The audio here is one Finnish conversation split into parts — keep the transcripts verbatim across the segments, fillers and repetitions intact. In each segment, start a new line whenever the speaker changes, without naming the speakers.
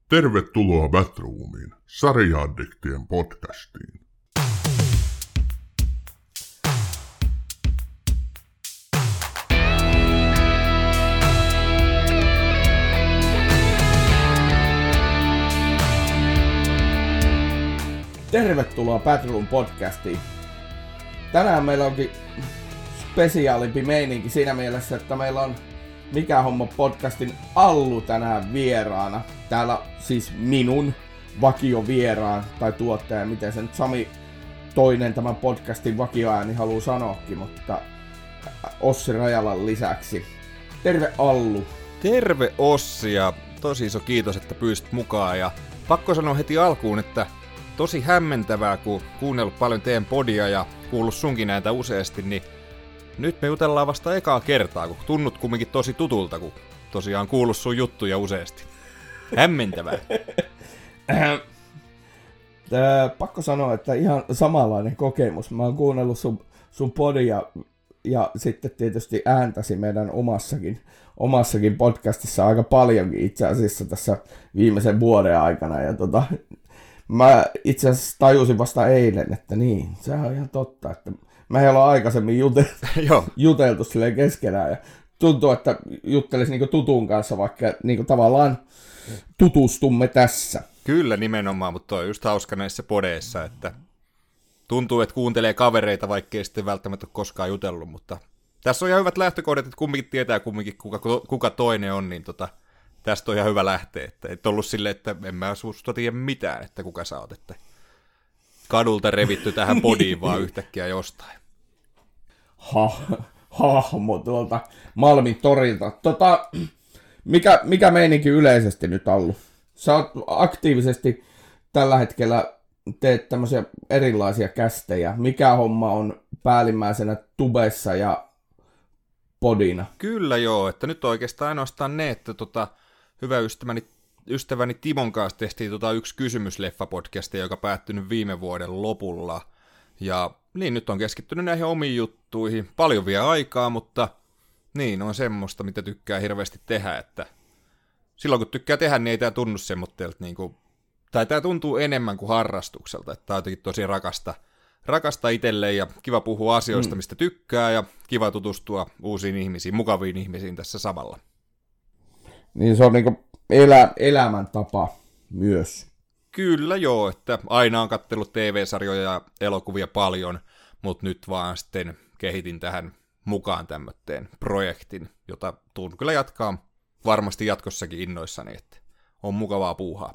Tervetuloa Batroomiin, sarja-addiktien podcastiin.
Tervetuloa Batroom podcastiin. Tänään meillä onkin spesiaalimpi meininki siinä mielessä, että meillä on Mikä homma podcastin Allu tänään vieraana. Täällä siis minun vakiovieraan tai tuottaja, miten se nyt Sami toinen tämän podcastin vakioääni haluaa sanoakin, mutta Ossi Rajalan lisäksi. Terve Allu.
Terve Ossi ja tosi iso kiitos, että pyysit mukaan ja pakko sanoa heti alkuun, että tosi hämmentävää, kun kuunnellut paljon teidän podia ja kuullut sunkin näitä useasti, niin nyt me jutellaan vasta ekaa kertaa, kun tunnut kumminkin tosi tutulta, kun tosiaan kuullut sun juttuja useasti. Hämmentävää.
Tää, pakko sanoa, että ihan samanlainen kokemus. Mä oon kuunnellut sun, sun podia ja sitten tietysti ääntäsi meidän omassakin, omassakin podcastissa aika paljonkin itse asiassa tässä viimeisen vuoden aikana. Ja tota, mä itse asiassa tajusin vasta eilen, että niin, sehän on ihan totta, että mä ei olla aikaisemmin juteltu, juteltu silleen keskenään ja tuntuu, että juttelisi niinku tutun kanssa, vaikka niinku tavallaan tutustumme tässä.
Kyllä nimenomaan, mutta toi on just hauska näissä podeissa, että tuntuu, että kuuntelee kavereita, vaikkei sitten välttämättä ole koskaan jutellut, mutta tässä on ihan hyvät lähtökohdat, että kumminkin tietää kumminkin kuka, kuka toinen on, niin tota, tästä on ihan hyvä lähteä, että et ollut silleen, että en mä susta tiedä mitään, että kuka sä oot, että kadulta revitty tähän podiin vaan yhtäkkiä jostain.
Ha, hahmo tuolta Malmin torilta. Tota, mikä, mikä meininki yleisesti nyt Allu? Sä oot aktiivisesti tällä hetkellä teet tämmöisiä erilaisia kästejä. Mikä homma on päällimmäisenä tubessa ja podina?
Kyllä joo, että nyt oikeastaan ainoastaan ne, että tota, hyvä ystäväni Ystäväni Timon kanssa tehtiin tota yksi kysymysleffa-podcasti, joka päättynyt viime vuoden lopulla. Ja niin, nyt on keskittynyt näihin omiin juttuihin. Paljon vie aikaa, mutta niin, on semmoista, mitä tykkää hirveästi tehdä. Että silloin kun tykkää tehdä, niin ei tää tunnu semmoitteelta, niin kuin, tai tää tuntuu enemmän kuin harrastukselta. Että tää on jotenkin tosi rakasta, rakasta itselleen ja kiva puhua asioista, mm. mistä tykkää ja kiva tutustua uusiin ihmisiin, mukaviin ihmisiin tässä samalla.
Niin se on niinku elä, elämäntapa myös.
Kyllä joo, että aina on katsellut T V-sarjoja ja elokuvia paljon, mutta nyt vaan sitten kehitin tähän mukaan tämmöteen projektin, jota tuun kyllä jatkaa varmasti jatkossakin innoissani, että on mukavaa puuhaa.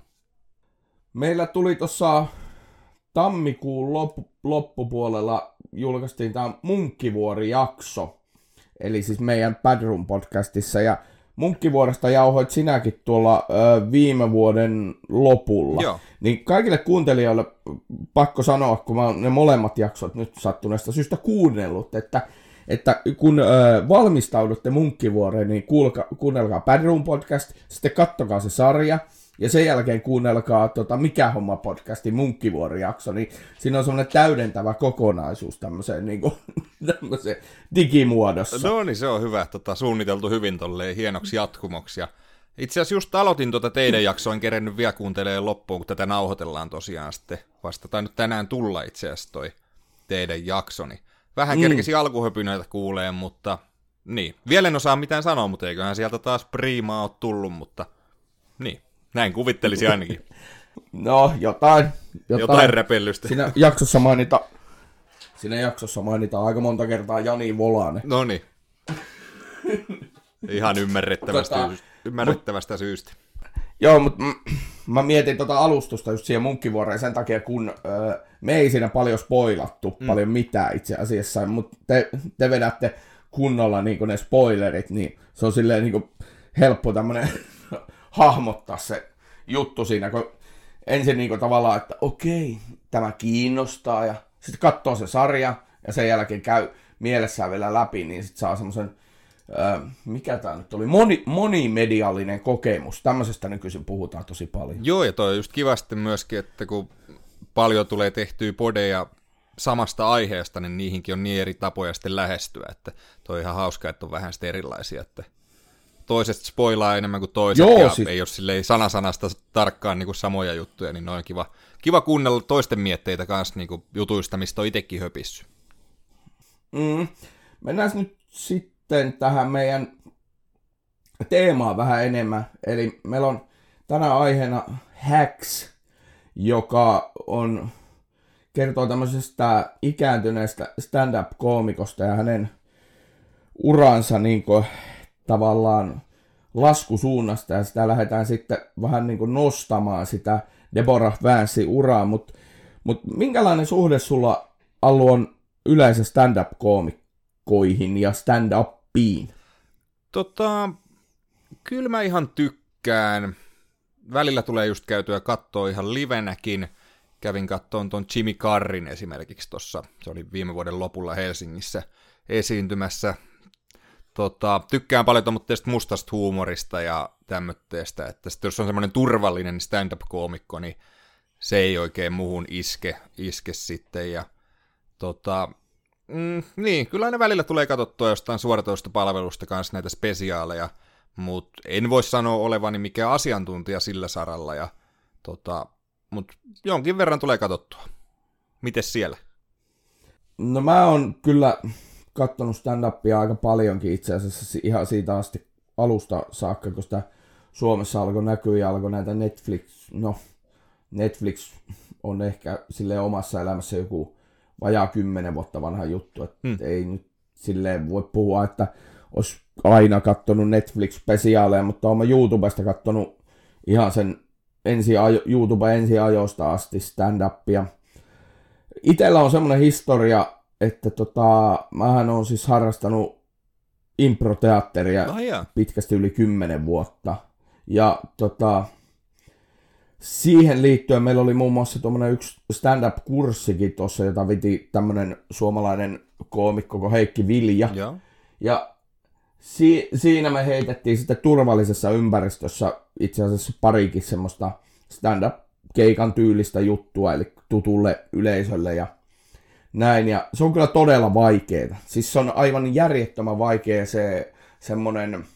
Meillä
tuli tuossa tammikuun loppu, loppupuolella julkaistiin tämä Munkkivuori-jakso, eli siis meidän Batroom podcastissa, ja Munkkivuoresta jauhoit sinäkin tuolla ö, viime vuoden lopulla.
Joo.
Niin kaikille kuuntelijoille pakko sanoa, kun mä oon ne molemmat jaksot nyt sattuneesta syystä kuunnellut, että, että kun ö, valmistaudutte Munkkivuoreen, niin kuulka, kuunnelkaa Batroom podcast, sitten kattokaa se sarja, ja sen jälkeen kuunnelkaa tota, Mikä homma podcastin Munkkivuori-jakso, niin siinä on semmoinen täydentävä kokonaisuus tämmöiseen, niin kuin, tämmöiseen digimuodossa.
No niin, se on hyvä, tota, suunniteltu hyvin tolleen hienoksi jatkumoksi. Ja itse asiassa just aloitin tuota teidän jaksoa, en kerennyt vielä kuuntelemaan loppuun, kun tätä nauhoitellaan tosiaan sitten vasta, tai nyt tänään tulla itse asiassa toi teidän jaksoni. Vähän kerkesi mm. alkuhöpynöitä kuuleen, mutta niin, vielä en osaa mitään sanoa, mutta eiköhän sieltä taas priimaa ole tullut, mutta niin. Näin kuvittelisi ainakin.
No, jotain.
Jotain, jotain räpellystä.
Siinä jaksossa, mainita, siinä jaksossa mainitaan aika monta kertaa Jani Volane.
No niin. Ihan ymmärrettävästä, tota, ymmärrettävästä mut, syystä.
Joo, mutta m- mä mietin tota alustusta just siihen Munkkivuoreen sen takia, kun ö, me ei siinä paljon spoilattu, mm. paljon mitään itse asiassa, mutta te, te vedätte kunnolla niin ne spoilerit, niin se on silleen niin helppo tämmönen hahmottaa se juttu siinä, kun ensin niin kuin tavallaan, että okei, tämä kiinnostaa, ja sitten katsoo se sarja, ja sen jälkeen käy mielessään vielä läpi, niin sitten saa semmoisen, äh, mikä tämä nyt oli, moni, monimediallinen kokemus. Tämmöisestä nykyisin puhutaan tosi paljon.
Joo, ja toi on just kiva sitten myöskin, että kun paljon tulee tehtyä podeja samasta aiheesta, niin niihinkin on niin eri tapoja sitten lähestyä, että toi on ihan hauska, että on vähän sitten erilaisia, että toiset spoilaa enemmän kuin toiset,
Joo,
ja
siis...
ei ole silleen sanasanasta tarkkaan niin kuin samoja juttuja, niin on kiva, kiva kuunnella toisten mietteitä kanssa niin kuin jutuista, mistä on itsekin höpissy.
Mm. Mennään nyt sitten tähän meidän teemaan vähän enemmän. Eli meillä on tänään aiheena Hacks, joka on, kertoo tämmöisestä ikääntyneestä stand-up-koomikosta ja hänen uransa niin kuin, tavallaan laskusuunnasta, ja sitä lähdetään sitten vähän niin kuin nostamaan sitä Deborah Vancein uraa, mutta mut minkälainen suhde sulla, Allu, on yleensä stand-up-koomikkoihin ja stand-upiin?
Tota, kyllä mä ihan tykkään. Välillä tulee just käytyä katsoa ihan livenäkin. Kävin kattoon ton Jimmy Carrin esimerkiksi tossa. Se oli viime vuoden lopulla Helsingissä esiintymässä. Tota, tykkään paljon tuommoista mustasta huumorista ja tämmöistä, että sitten jos on semmoinen turvallinen stand-up-koomikko, niin se ei oikein muuhun iske, iske sitten. Ja, tota, mm, niin, kyllä aina välillä tulee katsottua jostain suoratoistopalvelusta kanssa näitä spesiaaleja, mutta en voi sanoa olevani mikään asiantuntija sillä saralla, ja, tota, mutta jonkin verran tulee katsottua. Mites siellä?
No mä oon kyllä kattonut stand-upia aika paljonkin itse asiassa ihan siitä asti alusta saakka, kun sitä Suomessa alkoi näkyä ja alkoi näitä Netflix, no Netflix on ehkä silleen omassa elämässä joku vajaa kymmenen vuotta vanha juttu, että hmm. ei nyt silleen voi puhua, että olisi aina kattonut Netflix-spesiaaleja, mutta olen YouTubesta kattonut ihan sen ensi ajo, YouTube ensi ajoista asti stand-upia. Itellä on semmoinen historia, että tota, mähän on siis harrastanut improteatteria
oh, yeah.
pitkästi yli kymmenen vuotta. Ja tota, siihen liittyen meillä oli muun muassa tuommoinen yksi stand-up-kurssikin tuossa, jota viti tämmöinen suomalainen koomikko kuin Heikki Vilja.
Yeah.
Ja si- siinä me heitettiin sitten turvallisessa ympäristössä itse asiassa parikin semmoista stand-up-keikan tyylistä juttua, eli tutulle yleisölle ja näin, ja se on kyllä todella vaikeeta. Siis se on aivan järjettömän vaikea se semmonen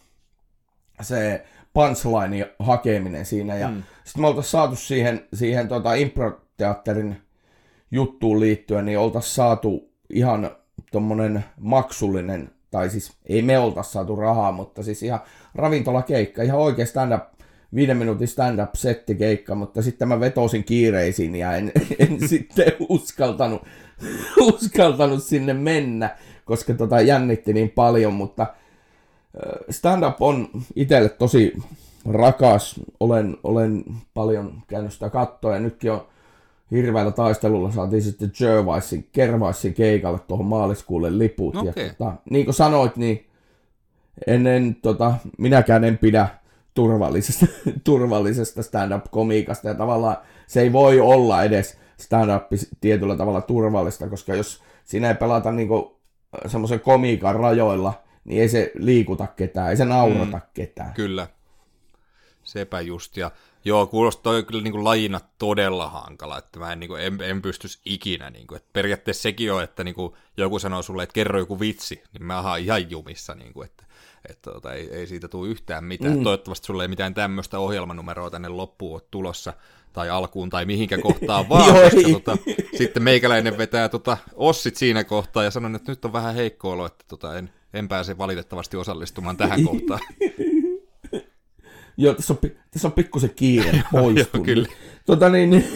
se punchline hakeminen siinä, ja mm. sitten me oltaisiin saatu siihen, siihen tota improteatterin juttuun liittyen, niin oltaisiin saatu ihan tommonen maksullinen, tai siis ei me oltaisiin saatu rahaa, mutta siis ihan ravintolakeikka, ihan oikein stand-up, viiden minuutin stand-up-settikeikka, mutta sitten mä vetosin kiireisiin ja en, en sitten uskaltanut, uskaltanut sinne mennä, koska tota jännitti niin paljon, mutta stand-up on itselle tosi rakas, olen, olen paljon käynyt sitä kattoa ja nytkin on hirveällä taistelulla saatiin sitten Gervaisin, Kervaisin keikalle tuohon maaliskuulle liput.
Okay.
Ja, tota, niin kuin sanoit, niin ennen, tota, minäkään en pidä turvallisesta, turvallisesta stand-up-komiikasta ja tavallaan se ei voi olla edes stand-up tietyllä tavalla turvallista, koska jos sinä ei pelata niinku semmoisen komiikan rajoilla, niin ei se liikuta ketään, ei se naurata mm, ketään.
Kyllä, sepä just. Ja joo, kuulostaa kyllä niin kuin lajina todella hankala, että mä en, niin kuin, en, en pystyisi ikinä. Niin kuin, että periaatteessa sekin on, että niin kuin joku sanoo sulle, että kerro joku vitsi, niin mä oon ihan jumissa, niin kuin, että, että tota, ei, ei siitä tule yhtään mitään. Mm. Toivottavasti sulle ei mitään tämmöistä ohjelmanumeroa tänne loppuun ole tulossa, tai alkuun, tai mihinkä kohtaan vaan, koska tota, sitten meikäläinen vetää tota, ossit siinä kohtaa, ja sanon, että nyt on vähän heikko olo, että tota, en, en pääse valitettavasti osallistumaan tähän kohtaan.
Joo, tässä on, tässä on pikkusen kiire poistunut.
Joo, kyllä.
Tota niin, niin,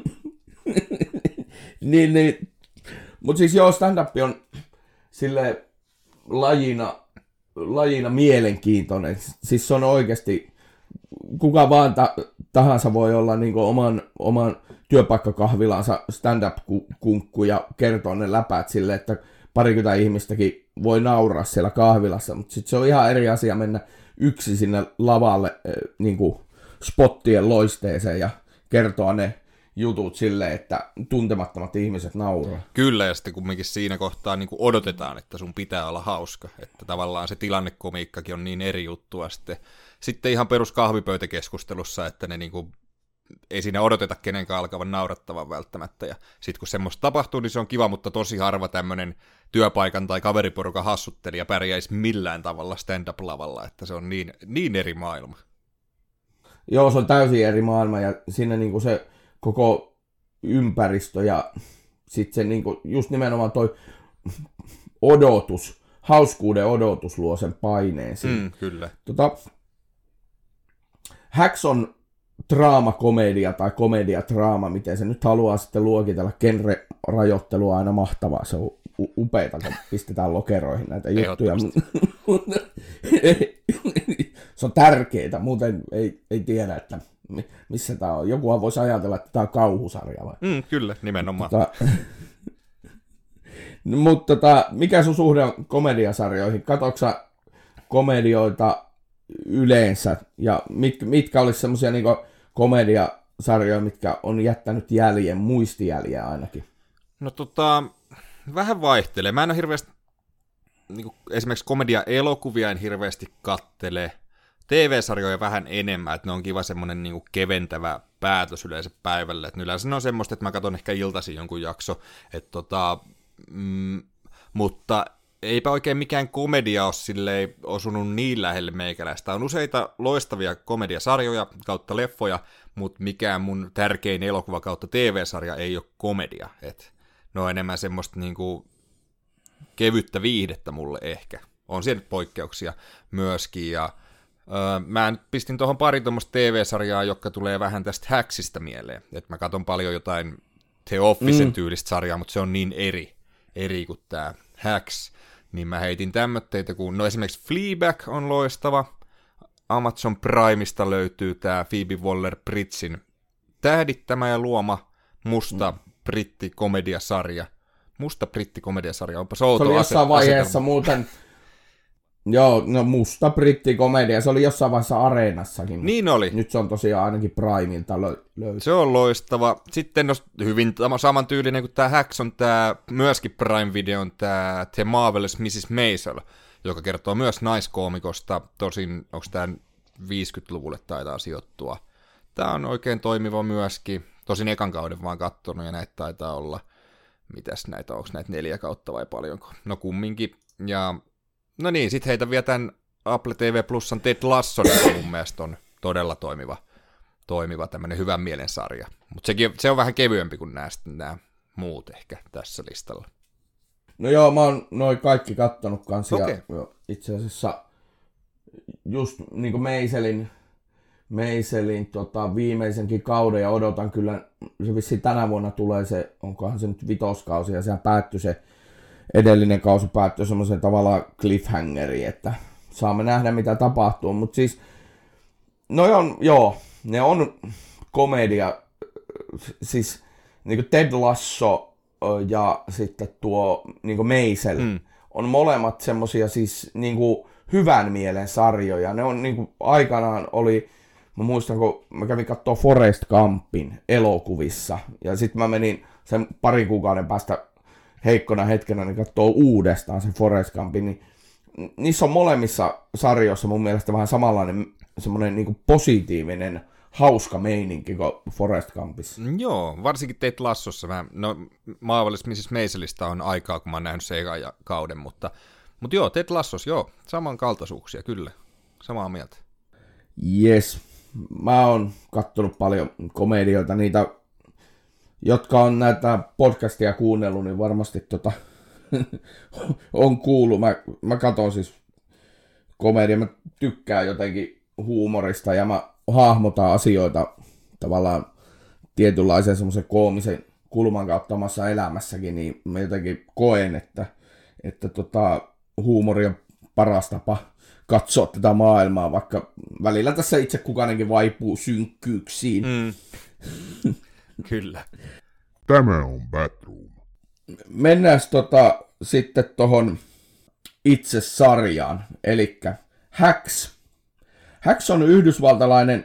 niin, niin. Mutta siis joo, stand-up on sille lajina, lajina mielenkiintoinen. Siis se on oikeasti, kuka vaan ta, tahansa voi olla niin kuin oman, oman työpaikkakahvilansa stand-up-kunkku ja kertoa ne läpäät silleen, että parikymmentä ihmistäkin voi nauraa siellä kahvilassa, mutta sitten se on ihan eri asia mennä yksi sinne lavalle niin kuin spottien loisteeseen ja kertoa ne jutut silleen, että tuntemattomat ihmiset nauraa.
Kyllä, ja sitten kumminkin siinä kohtaa niin kuin odotetaan, että sun pitää olla hauska, että tavallaan se tilannekomiikkakin on niin eri juttua sitten, sitten ihan perus kahvipöytäkeskustelussa, että ne niin kuin ei siinä odoteta kenenkään alkavan naurattavan välttämättä, ja sitten kun semmoista tapahtuu, niin se on kiva, mutta tosi harva tämmöinen työpaikan tai kaveriporukan hassuttelija pärjäisi millään tavalla stand-up-lavalla, että se on niin, niin eri maailma.
Joo, se on täysin eri maailma, ja siinä niinku se koko ympäristö, ja sitten se niinku, just nimenomaan toi odotus, hauskuuden odotus luo sen paineen siinä.
Mm, kyllä.
Tota, Hacks on draamakomedia tai komedia-draama, miten se nyt haluaa sitten luokitella. Genre-rajoittelu on aina mahtavaa, se on u- upeata, kun pistetään lokeroihin näitä juttuja. Se on tärkeää, muuten ei, ei tiedä, että missä tämä on. Jokuhan voisi ajatella, että tämä on kauhusarja. Vai?
Mm, kyllä, nimenomaan.
Tota, mutta tota, mikä sun suhde on komediasarjoihin? Katoksa komedioita yleensä, ja mit, mitkä olisi semmoisia niin komediasarjoja, mitkä on jättänyt jäljen, muistijäljeä ainakin?
No tota, vähän vaihtelee. Mä en ole hirveästi, niin kuin, esimerkiksi komedia-elokuvia en hirveästi kattele. T V-sarjoja vähän enemmän, että ne on kiva semmoinen niin kuin keventävä päätös yleensä päivällä. Et yleensä ne on semmoista, että mä katson ehkä iltaisin jonkun jakso, että tota, mm, mutta eipä oikein mikään komedia ole silleen osunut niin lähelle meikäläistä. On useita loistavia komediasarjoja kautta leffoja, mutta mikään mun tärkein elokuva kautta T V-sarja ei ole komedia. Et ne on enemmän semmoista niinku kevyttä viihdettä mulle ehkä. On siellä poikkeuksia myöskin. Ja, öö, mä nyt pistin tuohon pari tuommoista T V-sarjaa, jotka tulee vähän tästä Hacksista mieleen. Et mä katson paljon jotain The Officen mm. tyylistä sarjaa, mutta se on niin eri, eri kuin tää Hacks. Niin mä heitin tämmötteitä, kun no esimerkiksi Fleabag on loistava, Amazon Primeista löytyy tää Phoebe Waller-Bridgein tähdittämä ja luoma musta mm. brittikomediasarja. Musta brittikomediasarja, onpa se outo.
Se oli jossain
ase-
vaiheessa
asetelma.
muuten, joo, no musta brittikomedia, se oli jossain vaiheessa Areenassakin.
Niin oli.
Nyt se on tosiaan ainakin Primeilta lö- löytyy.
Se on loistava. Sitten no, hyvin samantyylinen kuin tämä Hacks on tämä myöskin Prime-videon tämä The Marvelous missis Maisel, joka kertoo myös naiskoomikosta. Tosin onko tämä viisikymmentäluvulle taitaa sijoittua. Tämä on oikein toimiva myöskin. Tosin ekan kauden vaan kattonut ja näitä taitaa olla. Mitäs näitä, onko näitä neljä kautta vai paljonko? No kumminkin. Ja no niin, sit heitä vielä tämän Apple T V Plusan Ted Lasson, joka mun mielestä on todella toimiva, toimiva tämmönen hyvän mielen sarja. Mutta se on vähän kevyempi kuin nämä muut ehkä tässä listalla.
No joo, mä oon noin kaikki kattonut kanssa.
Okay.
Ja itse asiassa just niin kuin Meiselin, Meiselin tota, viimeisenkin kauden ja odotan kyllä, se vissiin tänä vuonna tulee se, onkohan se nyt vitoskausi ja sehän päättyi se edellinen kausi päättyi semmoisen tavallaan cliffhangeriin, että saamme nähdä mitä tapahtuu, mutta siis no on, joo, ne on komedia, siis niinku Ted Lasso ja sitten tuo niinku Maisel mm. on molemmat semmosia siis niinku hyvän mielen sarjoja, ne on niinku aikanaan oli, mä muistan kun mä kävin kattoo Forrest Gumpin elokuvissa ja sitten mä menin sen parin kuukauden päästä heikkona hetkenä, niin katsoo uudestaan sen Forrest Gumpin, niin niissä on molemmissa sarjoissa mun mielestä vähän samanlainen semmoinen niin kuin positiivinen, hauska meininki kuin Forrest Gumpissa.
Joo, varsinkin Ted Lassossa. Mä, no Marvelous missis Maiselista on aikaa, kun mä oon nähnyt se ekan kauden, mutta, mutta joo, Ted Lassos, joo, samankaltaisuuksia, kyllä, samaa mieltä.
Jes, mä oon kattonut paljon komedioita, niitä jotka on näitä podcastia kuunnellut, niin varmasti tota, on kuullut. Mä, mä katson siis komedia, mä tykkään jotenkin huumorista ja mä hahmotan asioita tavallaan tietynlaisen semmoisen koomisen kulman kautta omassa elämässäkin, niin mä jotenkin koen, että, että tota, huumori on paras tapa katsoa tätä maailmaa, vaikka välillä tässä itse kukainenkin vaipuu synkkyyksiin.
Mm. Kyllä.
Tämä on Batroom.
Mennään tota, sitten tohon itse sarjaan, eli Hacks. Hacks on yhdysvaltalainen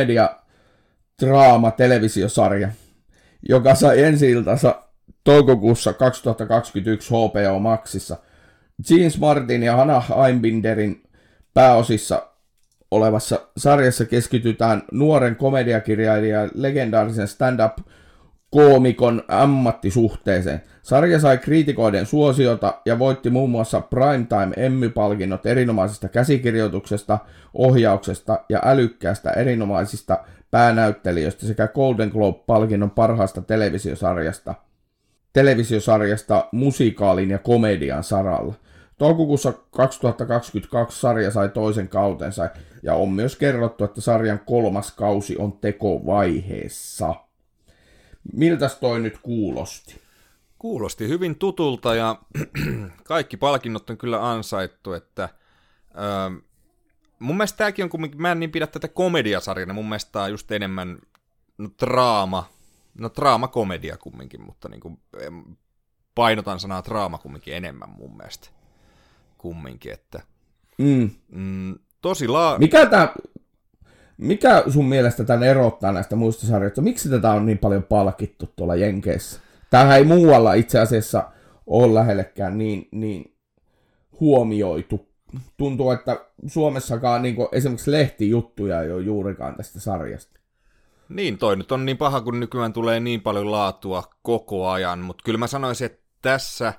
komedia-draama-televisiosarja, joka sai ensi-iltansa toukokuussa kaksituhattakaksikymmentäyksi H B O Maxissa. James Martin ja Hannah Einbinderin pääosissa olevassa sarjassa keskitytään nuoren komediakirjailijan legendaarisen stand-up-koomikon ammattisuhteeseen. Sarja sai kriitikoiden suosiota ja voitti muun muassa Primetime Emmy-palkinnot erinomaisesta käsikirjoituksesta, ohjauksesta ja älykkäästä erinomaisista päänäyttelijöistä sekä Golden Globe-palkinnon parhaasta televisiosarjasta, televisiosarjasta musikaalin ja komedian saralla. Toukokuussa kaksituhattakaksikymmentäkaksi sarja sai toisen kautensa ja on myös kerrottu, että sarjan kolmas kausi on tekovaiheessa. Miltäs toi nyt kuulosti?
Kuulosti hyvin tutulta ja kaikki palkinnot on kyllä ansaittu, että öö, mun mielestä tämäkin on kumminkin, mä en niin pidä tätä komediasarjana, mun mielestä tää on just enemmän no, draama, no draama-komedia kumminkin, mutta niin kuin, painotan sanaa draama kumminkin enemmän mun mielestä. Kumminkin, että
Mm.
mm, tosi laa...
Mikä, tää, mikä sun mielestä tämän erottaa näistä muista sarjoista? Miksi tätä on niin paljon palkittu tuolla Jenkeissä? Tämähän ei muualla itse asiassa ole lähellekään niin, niin huomioitu. Tuntuu, että Suomessakaan niin esimerkiksi lehtijuttuja ei ole juurikaan tästä sarjasta.
Niin, toi nyt on niin paha, kun nykyään tulee niin paljon laatua koko ajan, mutta kyllä mä sanoisin, että tässä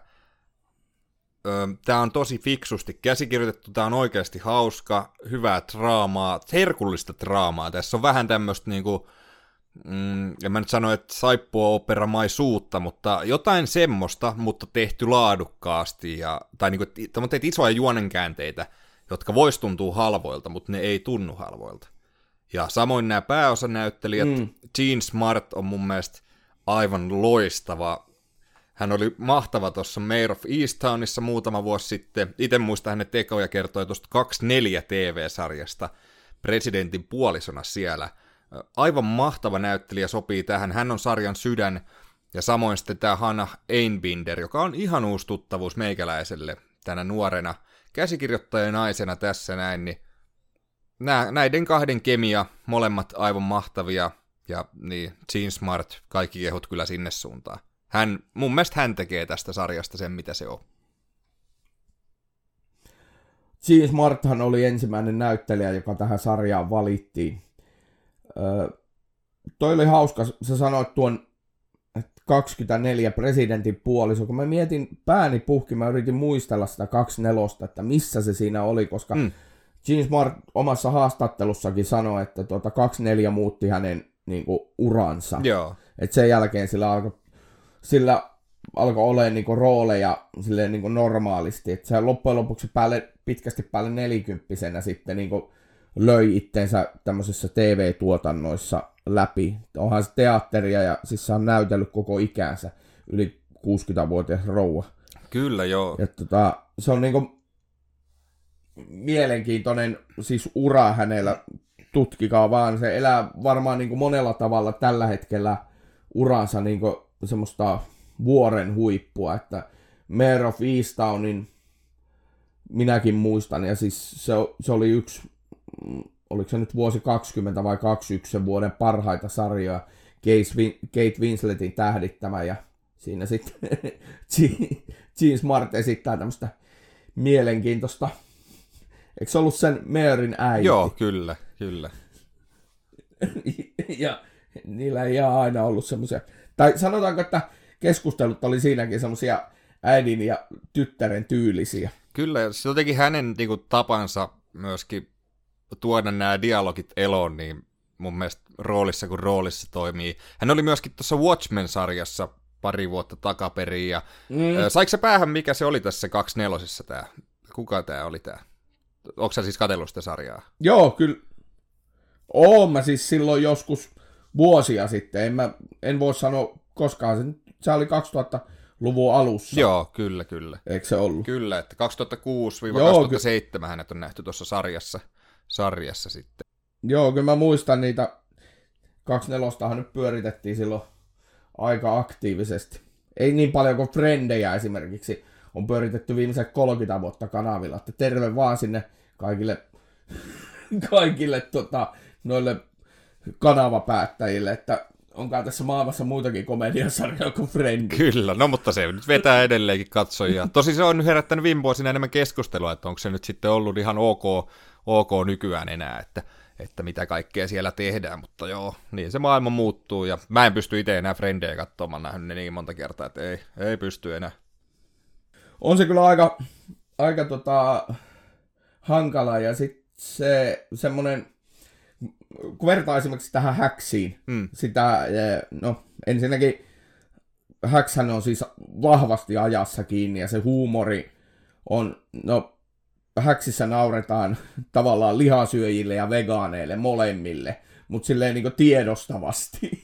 tämä on tosi fiksusti käsikirjoitettu, tämä on oikeasti hauska, hyvää draamaa, herkullista draamaa. Tässä on vähän tämmöistä, niinku, mm, en mä nyt sano, että saippua-operamaisuutta, mutta jotain semmoista, mutta tehty laadukkaasti. Ja, tai niinku, teet isoja juonenkäänteitä, jotka vois tuntua halvoilta, mutta ne ei tunnu halvoilta. Ja samoin nämä pääosanäyttelijät, mm. Gene Smart on mun mielestä aivan loistava. Hän oli mahtava tuossa Mayor of Easttownissa muutama vuosi sitten. Itse muistan hänen tekoja kertoi tuosta kaksikymmentäneljä T V-sarjasta presidentin puolisona siellä. Aivan mahtava näyttelijä sopii tähän. Hän on sarjan sydän. Ja samoin sitten tämä Hannah Einbinder, joka on ihan uusi tuttavuus meikäläiselle tänä nuorena käsikirjoittajanaisena tässä näin. Niin näiden kahden kemia, molemmat aivan mahtavia. Ja niin, Gene Smart, kaikki kehut kyllä sinne suuntaan. Hän, mun mielestä hän tekee tästä sarjasta sen, mitä se on.
Gene Smarthan oli ensimmäinen näyttelijä, joka tähän sarjaan valittiin. Öö, toi oli hauska, sä sanoit tuon kaksikymmentäneljä presidentin puoliso, kun mä mietin pääni puhki, mä yritin muistella sitä kaksikymmentäneljä, että missä se siinä oli, koska mm. Gene Smart omassa haastattelussakin sanoi, että tuota kaksikymmentäneljä muutti hänen niin kuin, uransa.
Joo.
Et sen jälkeen sillä alkoi sillä alkoi olemaan niinku rooleja silleen niinku normaalisti, että se loppujen lopuksi päälle, pitkästi päälle nelikymppisenä sitten niinku löi itteensä tämmöisissä T V-tuotannoissa läpi. Onhan se teatteria ja siis se on näytellyt koko ikänsä, yli kuusikymmentävuotias rouva.
Kyllä joo.
Ja tota, se on niinku mielenkiintoinen siis ura hänellä, tutkikaa vaan, se elää varmaan niinku monella tavalla tällä hetkellä uransa niinku semmoista vuoren huippua, että Mayor of Easttownin minäkin muistan, ja siis se, se oli yksi, oliko se nyt vuosi kaksikymmentä vai kaksikymmentäyksi sen vuoden parhaita sarjoja, Kate Winsletin tähdittämä, ja siinä sitten Gene Smart esittää tämmöistä mielenkiintoista, eikö se ollut sen Mayorin äiti?
Joo, kyllä, kyllä.
Ja niillä ei ole aina ollut semmoisia, tai sanotaanko, että keskustelut oli siinäkin semmoisia äidin ja tyttären tyylisiä.
Kyllä, se jotenkin hänen niin kuin, tapansa myöskin tuoda nämä dialogit eloon, niin mun mielestä roolissa kuin roolissa toimii. Hän oli myöskin tuossa Watchmen-sarjassa pari vuotta takaperin, ja mm. saiko se päähän, mikä se oli tässä kaksikymmentäneljä tämä? Kuka tämä oli tämä? Onko sä siis katsellut sitä sarjaa?
Joo, kyllä. Oon mä siis silloin joskus vuosia sitten, en, mä, en voi sanoa koskaan, se, se oli kaksituhattaluvun alussa.
Joo, kyllä, kyllä.
Eikö se ollut?
Kyllä, että kaksituhattakuusi kaksituhattaseitsemän hänet on nähty tuossa sarjassa, sarjassa sitten.
Joo, kyllä mä muistan niitä, kaksikymmentäneljä nyt pyöritettiin silloin aika aktiivisesti. Ei niin paljon kuin Frendejä esimerkiksi on pyöritetty viimeiset kolmekymmentä vuotta kanavilla, että terve vaan sinne kaikille, kaikille tota, noille kanavapäättäjille, että onkaan tässä maailmassa muitakin komediasarjoja kuin Friends.
Kyllä, no mutta se nyt vetää edelleenkin katsojia. Tosi se on herättänyt viime vuosina enemmän keskustelua, että onko se nyt sitten ollut ihan ok, ok nykyään enää, että, että mitä kaikkea siellä tehdään, mutta joo, niin se maailma muuttuu, ja mä en pysty itse enää Friendejä katsomaan, mä oon nähnyt ne niin monta kertaa, että ei, ei pysty enää.
On se kyllä aika, aika tota, hankala, ja sitten se semmoinen, kun vertaa esimerkiksi tähän Hacksiin, mm. sitä, no ensinnäkin Hackshän on siis vahvasti ajassa kiinni, ja se huumori on, no Hacksissä nauretaan tavallaan lihasyöjille ja vegaaneille molemmille, mutta silleen niin kuin tiedostavasti,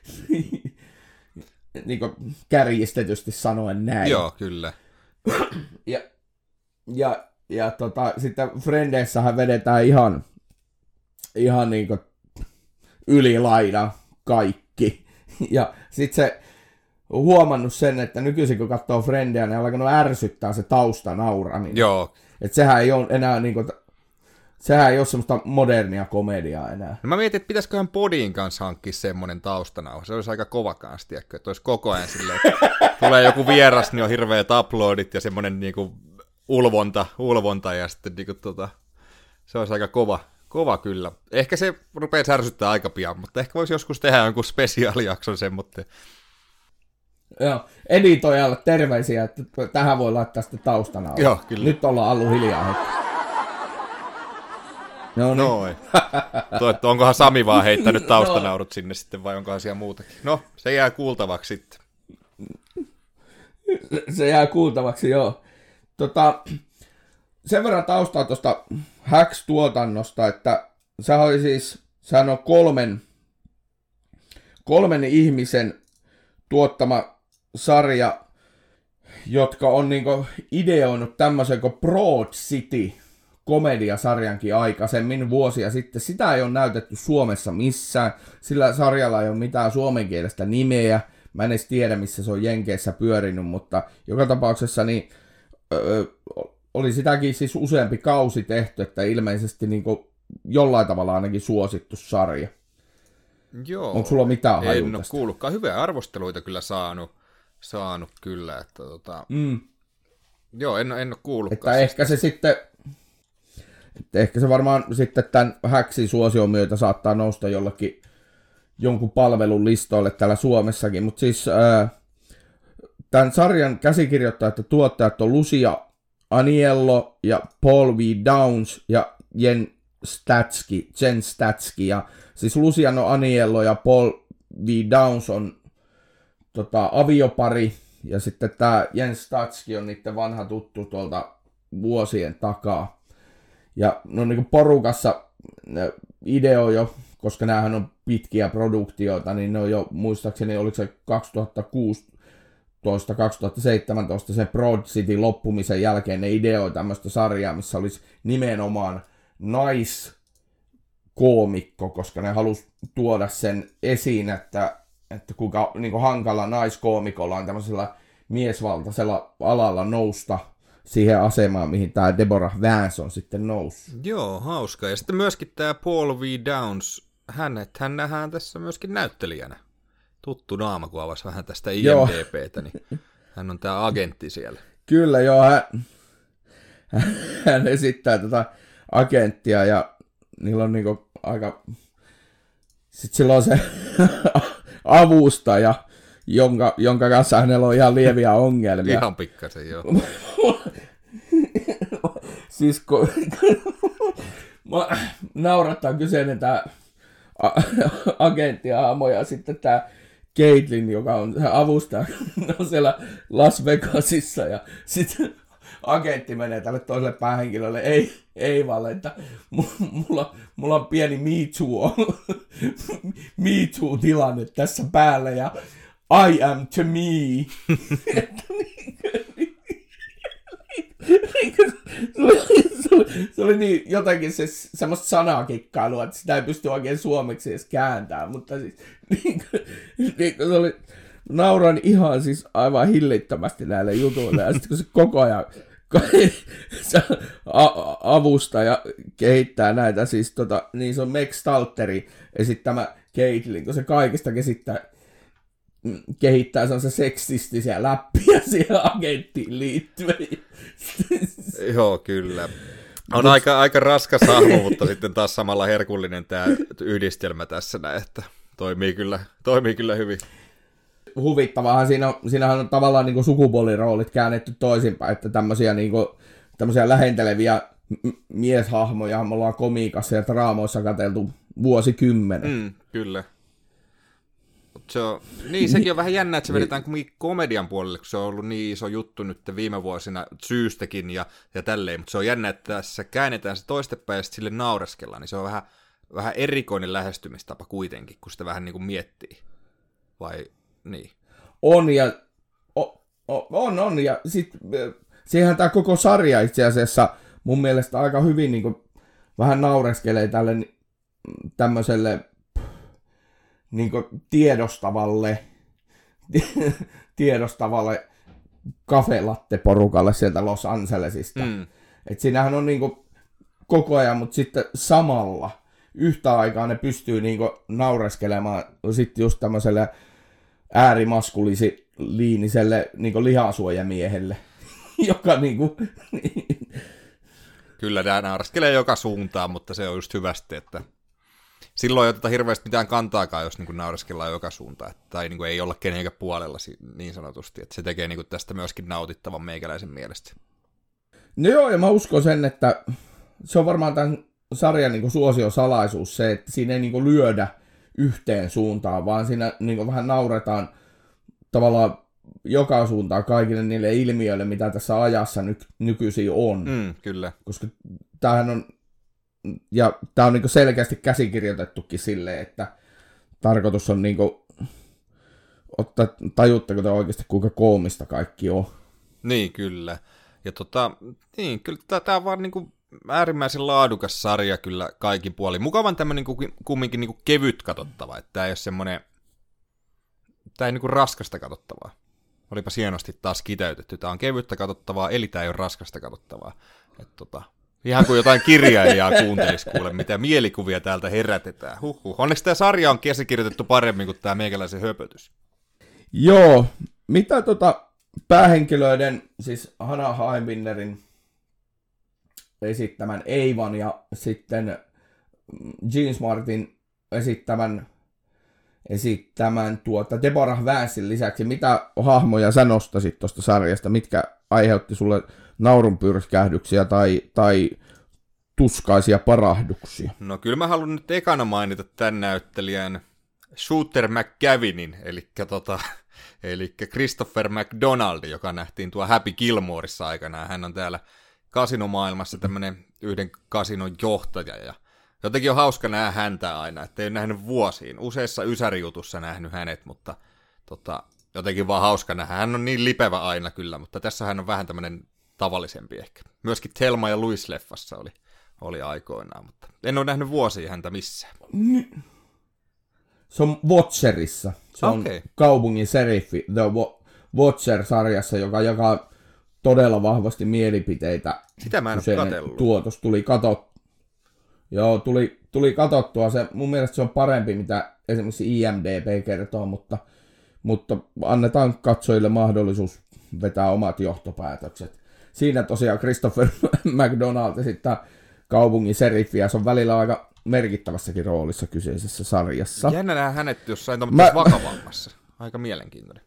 niin kuin kärjistetysti sanoen näin.
Joo, kyllä.
Ja, ja, ja tota, sitten Frendeissähän vedetään ihan, ihan niin kuin ylilaidan kaikki. Ja sitten se on huomannut sen, että nykyisin kun katsoo Frendejä, niin on alkanut ärsyttää se taustanaura. Niin,
joo.
että sehän ei ole enää niin kuin, sehän ei ole semmoista modernia komediaa enää.
No mä mietin, että pitäisiköhän Podin kanssa hankkia semmoinen taustanauha. Se olisi aika kova kanssa, tiedätkö, että olisi koko ajan silleen, tulee joku vieras, niin on hirveät uploadit ja semmoinen niinku ulvonta, ulvonta ja sitten niinku tota, se olisi aika kova, kova kyllä. Ehkä se rupeaa särsyttää aika pian, mutta ehkä voisi joskus tehdä jonkun spesiaalijakson semmoinen.
Joo, editoijalle terveisiä, että tähän voi laittaa sitten taustanauha.
Joo, kyllä.
Nyt ollaan ollut hiljaa hetki. No niin.
Noin. Tuo, että onkohan Sami vaan heittänyt taustanaurut sinne sitten vai onkohan siellä muutakin. No, se jää kuultavaksi sitten.
Se jää kuultavaksi, joo. Tota, sen verran taustaa tuosta Hacks-tuotannosta, että sehän oli siis, sehän on kolmen, kolmen ihmisen tuottama sarja, jotka on niinku ideoinut tämmöisen kuin Broad City komediasarjankin aikaisemmin vuosia sitten. Sitä ei ole näytetty Suomessa missään. Sillä sarjalla ei ole mitään suomenkielistä nimeä. Mä en edes tiedä, missä se on Jenkeissä pyörinyt, mutta joka tapauksessa niin, öö, oli sitäkin siis useampi kausi tehty, että ilmeisesti niin kuin jollain tavalla ainakin suosittu sarja.
Joo.
Onko sulla mitään hajua
En ole
tästä?
kuullutkaan. Hyviä arvosteluita kyllä saanut, saanut kyllä. Että, tota...
mm.
Joo, en, en ole kuullutkaan.
Että ehkä se sitten... Että ehkä se varmaan sitten tämän Hacksin suosion myötä saattaa nousta jollekin jonkun palvelun listoille täällä Suomessakin, mutta siis ää, tämän sarjan käsikirjoittajat ja tuottajat on Lucia Aniello ja Paul V. Downs ja Jen Statsky, Jen Statsky, ja siis Luciano Aniello ja Paul V. Downs on tota, aviopari, ja sitten tämä Jen Statsky on niiden vanha tuttu tuolta vuosien takaa. Ja no niin kuin porukassa ideo jo, koska näähän on pitkiä produktioita, niin ne on jo muistaakseni, oliko se kaksituhattakuusitoista kaksituhattaseitsemäntoista se Broad City loppumisen jälkeen ne ideoi tämmöistä sarjaa, missä olisi nimenomaan naiskoomikko, koska ne halusi tuoda sen esiin, että, että kuinka niin kuin hankala naiskoomikolla on tämmöisellä miesvaltaisella alalla nousta siihen asemaan, mihin tämä Deborah Vance on sitten noussut.
Joo, hauska. Ja sitten myöskin tämä Paul V. Downs, hänet, hän nähdään tässä myöskin näyttelijänä. Tuttu naama, kun avasi vähän tästä I M D B:tä, niin hän on tämä agentti siellä.
Kyllä, joo, hän, hän esittää tätä agenttia, ja niillä on niinku aika... Sitten sillä on se avustaja, jonka, jonka kanssa hänellä on ihan lieviä ongelmia.
Ihan pikkasen, joo.
Siis kun mä naurattaa kyseinen tää agentti-aamo ja sitten tää Caitlin, joka on avustaja, on siellä Las Vegasissa, ja sitten agentti menee tälle toiselle päähenkilölle, ei, ei Valle, että mulla, mulla on pieni Me Too, Me Too-tilanne tässä päällä, ja I am to me. se, oli, se, oli, se oli niin jotenkin se, semmoista sanakikkailua, että sitä ei pysty oikein suomeksi edes kääntämään, mutta siis niin, niin, se oli, nauran ihan siis aivan hillittömästi näille jutuille, ja sitten kun se koko ajan se avustaja kehittää näitä, siis tota, niin se on Meg Stalterin esittämä Caitlyn, kun se kaikista kehittää, kehittää sellaisia seksistisiä läppiä siihen agenttiin liittyen.
Joo, kyllä. On aika, aika raskas hahmo, mutta sitten taas samalla herkullinen tämä yhdistelmä tässä näin, että toimii kyllä, toimii kyllä hyvin.
Huvittavaahan siinä on, siinähän on tavallaan niin kuin sukupuoliroolit käännetty toisinpäin, että tämmöisiä, niin kuin, tämmöisiä lähenteleviä m- mieshahmoja me ollaan komiikassa ja draamoissa katseltu vuosikymmenen.
Mm, kyllä. Se on, niin, sekin on vähän jännä, että se vedetään kuitenkin komedian puolelle, kun se on ollut niin iso juttu nyt viime vuosina syystäkin ja, ja tälleen, mutta se on jännä, että tässä käännetään se toistepäin ja sille naureskellaan, niin se on vähän, vähän erikoinen lähestymistapa kuitenkin, kun sitä vähän niin kuin miettii. Vai niin?
On ja o, o, on, on ja sitten siihen tämä koko sarja itse asiassa mun mielestä aika hyvin niin kuin, vähän naureskelee tälle tämmöiselle niin kuin tiedostavalle, tiedostavalle kafelatte-porukalle sieltä Los Angelesista. Mm. Et siinähän on niin kuin koko ajan, mutta sitten samalla yhtä aikaa ne pystyy niin kuin naureskelemaan sitten just tämmöiselle äärimaskuliiniselle niin kuin lihasuojamiehelle, joka niin kuin...
Kyllä nämä nauraskelee joka suuntaan, mutta se on just hyvästi, että silloin ei oteta hirveästi mitään kantaakaan, jos niin nauraskellaan joka suuntaan, tai niin ei olla kenenkään puolella niin sanotusti, että se tekee niin tästä myöskin nautittavan meikäläisen mielestä.
No joo, ja mä uskon sen, että se on varmaan tämän sarjan niin suosiosalaisuus se, että siinä ei niin lyödä yhteen suuntaan, vaan siinä niin vähän nauretaan tavallaan joka suuntaan kaikille niille ilmiöille, mitä tässä ajassa ny- nykyisin on.
Mm, kyllä. Koska
tämähän on ja tämä on niinku selkeästi käsikirjoitettukin silleen, että tarkoitus on niinku ottaa, tajutteko te oikeasti kuinka koomista kaikki on.
Niin, kyllä. Ja tota, niin, kyllä tämä on vaan niinku äärimmäisen laadukas sarja kyllä kaikin puolin. Mukavan tämmöinen kumminkin niinku kevyt katsottava, että tämä ei ole semmoinen, tämä ei niinku raskasta katsottavaa. Olipa hienosti taas kiteytetty. Tämä on kevyttä katsottavaa, eli tämä ei ole raskasta katsottavaa. Että tota... Ihan kuin jotain kirjailijaa kuuntelisi kuule, mitä mielikuvia täältä herätetään. Huhhuh. Onneksi tämä sarja on käsikirjoitettu paremmin kuin tämä meikäläisen höpötys.
Joo, mitä tota päähenkilöiden, siis Hannah Heimbinnerin esittämän Eivan ja sitten Jean Smartin esittämän, esittämän tuota Deborah Vancein lisäksi, mitä hahmoja sä nostasit tuosta sarjasta, mitkä aiheutti sulle naurunpyrskähdyksiä tai, tai tuskaisia parahduksia?
No kyllä mä haluan nyt ekana mainita tämän näyttelijän Shooter McGavinin, eli tota, eli Christopher McDonald, joka nähtiin tuo Happy Gilmoreissa aikanaan. Hän on täällä kasinomaailmassa tämmöinen yhden kasinon johtaja, ja jotenkin on hauska nähdä häntä aina, ettei ole nähnyt vuosiin. Useissa ysärijutussa nähnyt hänet, mutta tota, jotenkin vaan hauska nähdä. Hän on niin lipevä aina kyllä, mutta tässä hän on vähän tämmöinen tavallisempi ehkä. Myöskin Thelma ja Louise-leffassa oli, oli aikoinaan, mutta en ole nähnyt vuosia häntä missään.
Se on Watcherissa. Se
okay.
on kaupungin seriffi The Watcher-sarjassa, joka jakaa todella vahvasti mielipiteitä.
Sitä mä en ole katsellut.
Tuotos tuli katot. Joo, tuli, tuli katsottua. Se, mun mielestä se on parempi, mitä esimerkiksi I M D B kertoo, mutta, mutta annetaan katsojille mahdollisuus vetää omat johtopäätökset. Siinä tosiaan Christopher McDonald esittää kaupungin seriffiä. Se on välillä aika merkittävässäkin roolissa kyseisessä sarjassa.
Jännä nähdä hänet jossain Mä... vakavammassa. Aika mielenkiintoinen.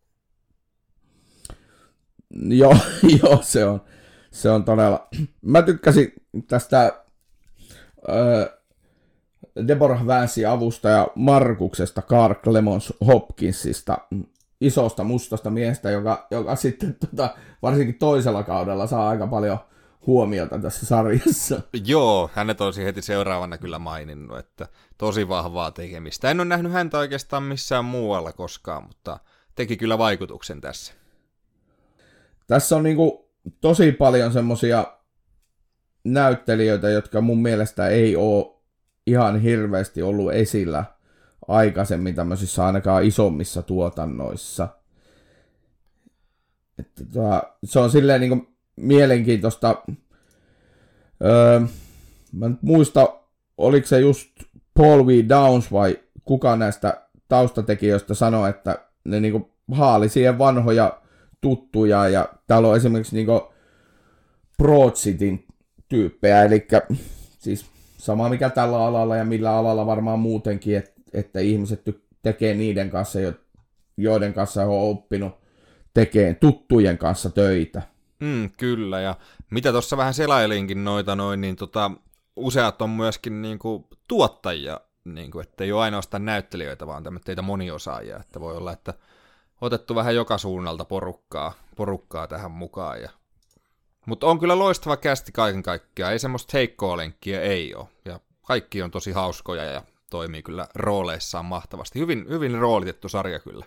Joo, joo, se on. Se on todella. Mä tykkäsin tästä äh, Deborah Vancein avustaja Markuksesta, Carl Clemons Hopkinsista, isosta mustasta miestä, joka, joka sitten tota, varsinkin toisella kaudella saa aika paljon huomiota tässä sarjassa.
Joo, hänet olisi heti seuraavana kyllä maininnut, että tosi vahvaa tekemistä. En ole nähnyt häntä oikeastaan missään muualla koskaan, mutta teki kyllä vaikutuksen tässä.
Tässä on niinku tosi paljon semmosia näyttelijöitä, jotka mun mielestä ei ole ihan hirveästi ollut esillä aikaisemmin tämmöisissä ainakaan isommissa tuotannoissa. Että tota, se on silleen niinku mielenkiintoista. Öö, mä en muista, oliko se just Paul W. Downs vai kukaan näistä taustatekijöistä sanoi, että ne niinku haali siihen vanhoja tuttuja, ja täällä on esimerkiksi niinku Broad Cityn tyyppejä, eli siis sama mikä tällä alalla ja millä alalla varmaan muutenkin, että, että ihmiset tekee niiden kanssa, joiden kanssa on oppinut tekemään tuttujen kanssa töitä.
Mm, kyllä, ja mitä tuossa vähän selailinkin noita noin, niin tota, useat on myöskin niinku tuottajia, niinku, että ei ole ainoastaan näyttelijöitä, vaan tämmöitä moniosaajia, että voi olla, että otettu vähän joka suunnalta porukkaa, porukkaa tähän mukaan. Ja... Mutta on kyllä loistava kästi kaiken kaikkiaan, ei semmoista heikkoa lenkkiä ei ole, ja kaikki on tosi hauskoja ja toimii kyllä rooleissaan mahtavasti. Hyvin, hyvin roolitettu sarja kyllä.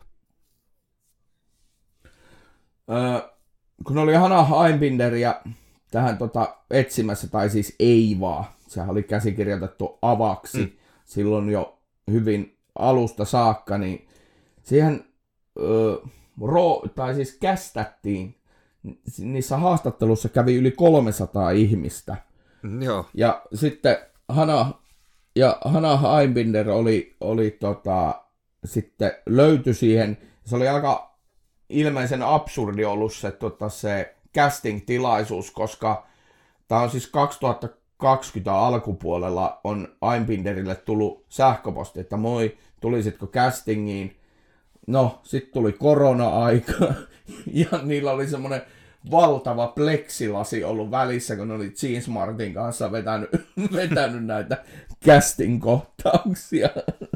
Öö, kun oli Hannah Einbinderia tähän tota, etsimässä, tai siis Eivaa, sehän oli käsikirjoitettu avaksi mm. silloin jo hyvin alusta saakka, niin siihen öö, ro- tai siis kästättiin, niissä haastattelussa kävi yli kolmesataa ihmistä.
Joo.
Ja sitten Hannah, ja Hannah Einbinder oli, oli tota, sitten löytyi siihen, se oli aika ilmeisen absurdi ollut se, tota, se casting-tilaisuus, koska tämä on siis kaksituhattakaksikymmentä alkupuolella on Einbinderille tullut sähköposti, että moi, tulisitko castingiin? No, sitten tuli korona-aika, ja niillä oli semmoinen valtava pleksilasi ollut välissä, kun ne oli Gene Smartin kanssa vetänyt, vetänyt näitä casting-kohtauksia.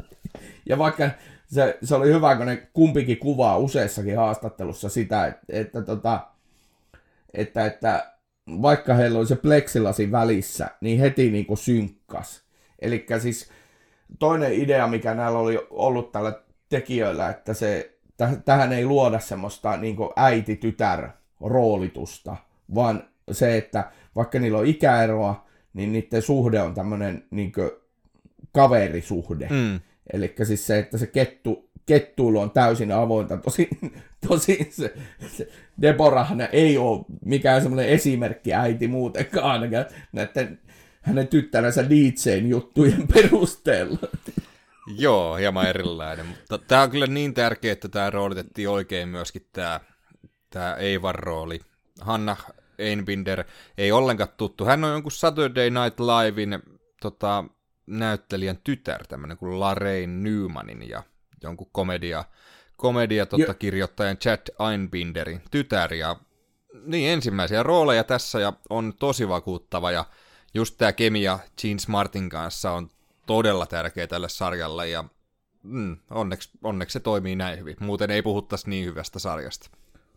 Ja vaikka se, se oli hyvä, kun ne kumpikin kuvaa useissakin haastattelussa sitä, että, että, tota, että, että vaikka heillä oli se pleksilasi välissä, niin heti niin kuin synkkas. Eli siis toinen idea, mikä näillä oli ollut tällä tekijöillä, että se, täh, tähän ei luoda semmoista niin kuin äiti-tytär-roolitusta, vaan se, että vaikka niillä on ikäeroa, niin niiden suhde on tämmöinen niin kuin kaverisuhde. Mm. Eli siis se, että se kettu, kettuilu on täysin avointa. Tosi, tosi se, se Deborah ei ole mikään semmoinen esimerkki äiti muutenkaan, ainakaan näiden hänen tyttärensä D J:n juttujen perusteella.
Joo, hieman erilainen, mutta tämä on kyllä niin tärkeää, että tämä roolitettiin oikein myöskin tämä, tämä Eivan rooli. Hannah Einbinder ei ollenkaan tuttu. Hän on jonkun Saturday Night Livein tota, näyttelijän tytär, tämmöinen kuin Laraine Newmanin ja jonkun komedia, komedia tota, kirjoittajan Chad Einbinderin tytär. Ja niin, ensimmäisiä rooleja tässä ja on tosi vakuuttava ja just tämä kemia Gene Smartin kanssa on todella tärkeä tälle sarjalle ja mm, onneksi, onneksi se toimii näin hyvin. Muuten ei puhuttaisi niin hyvästä sarjasta.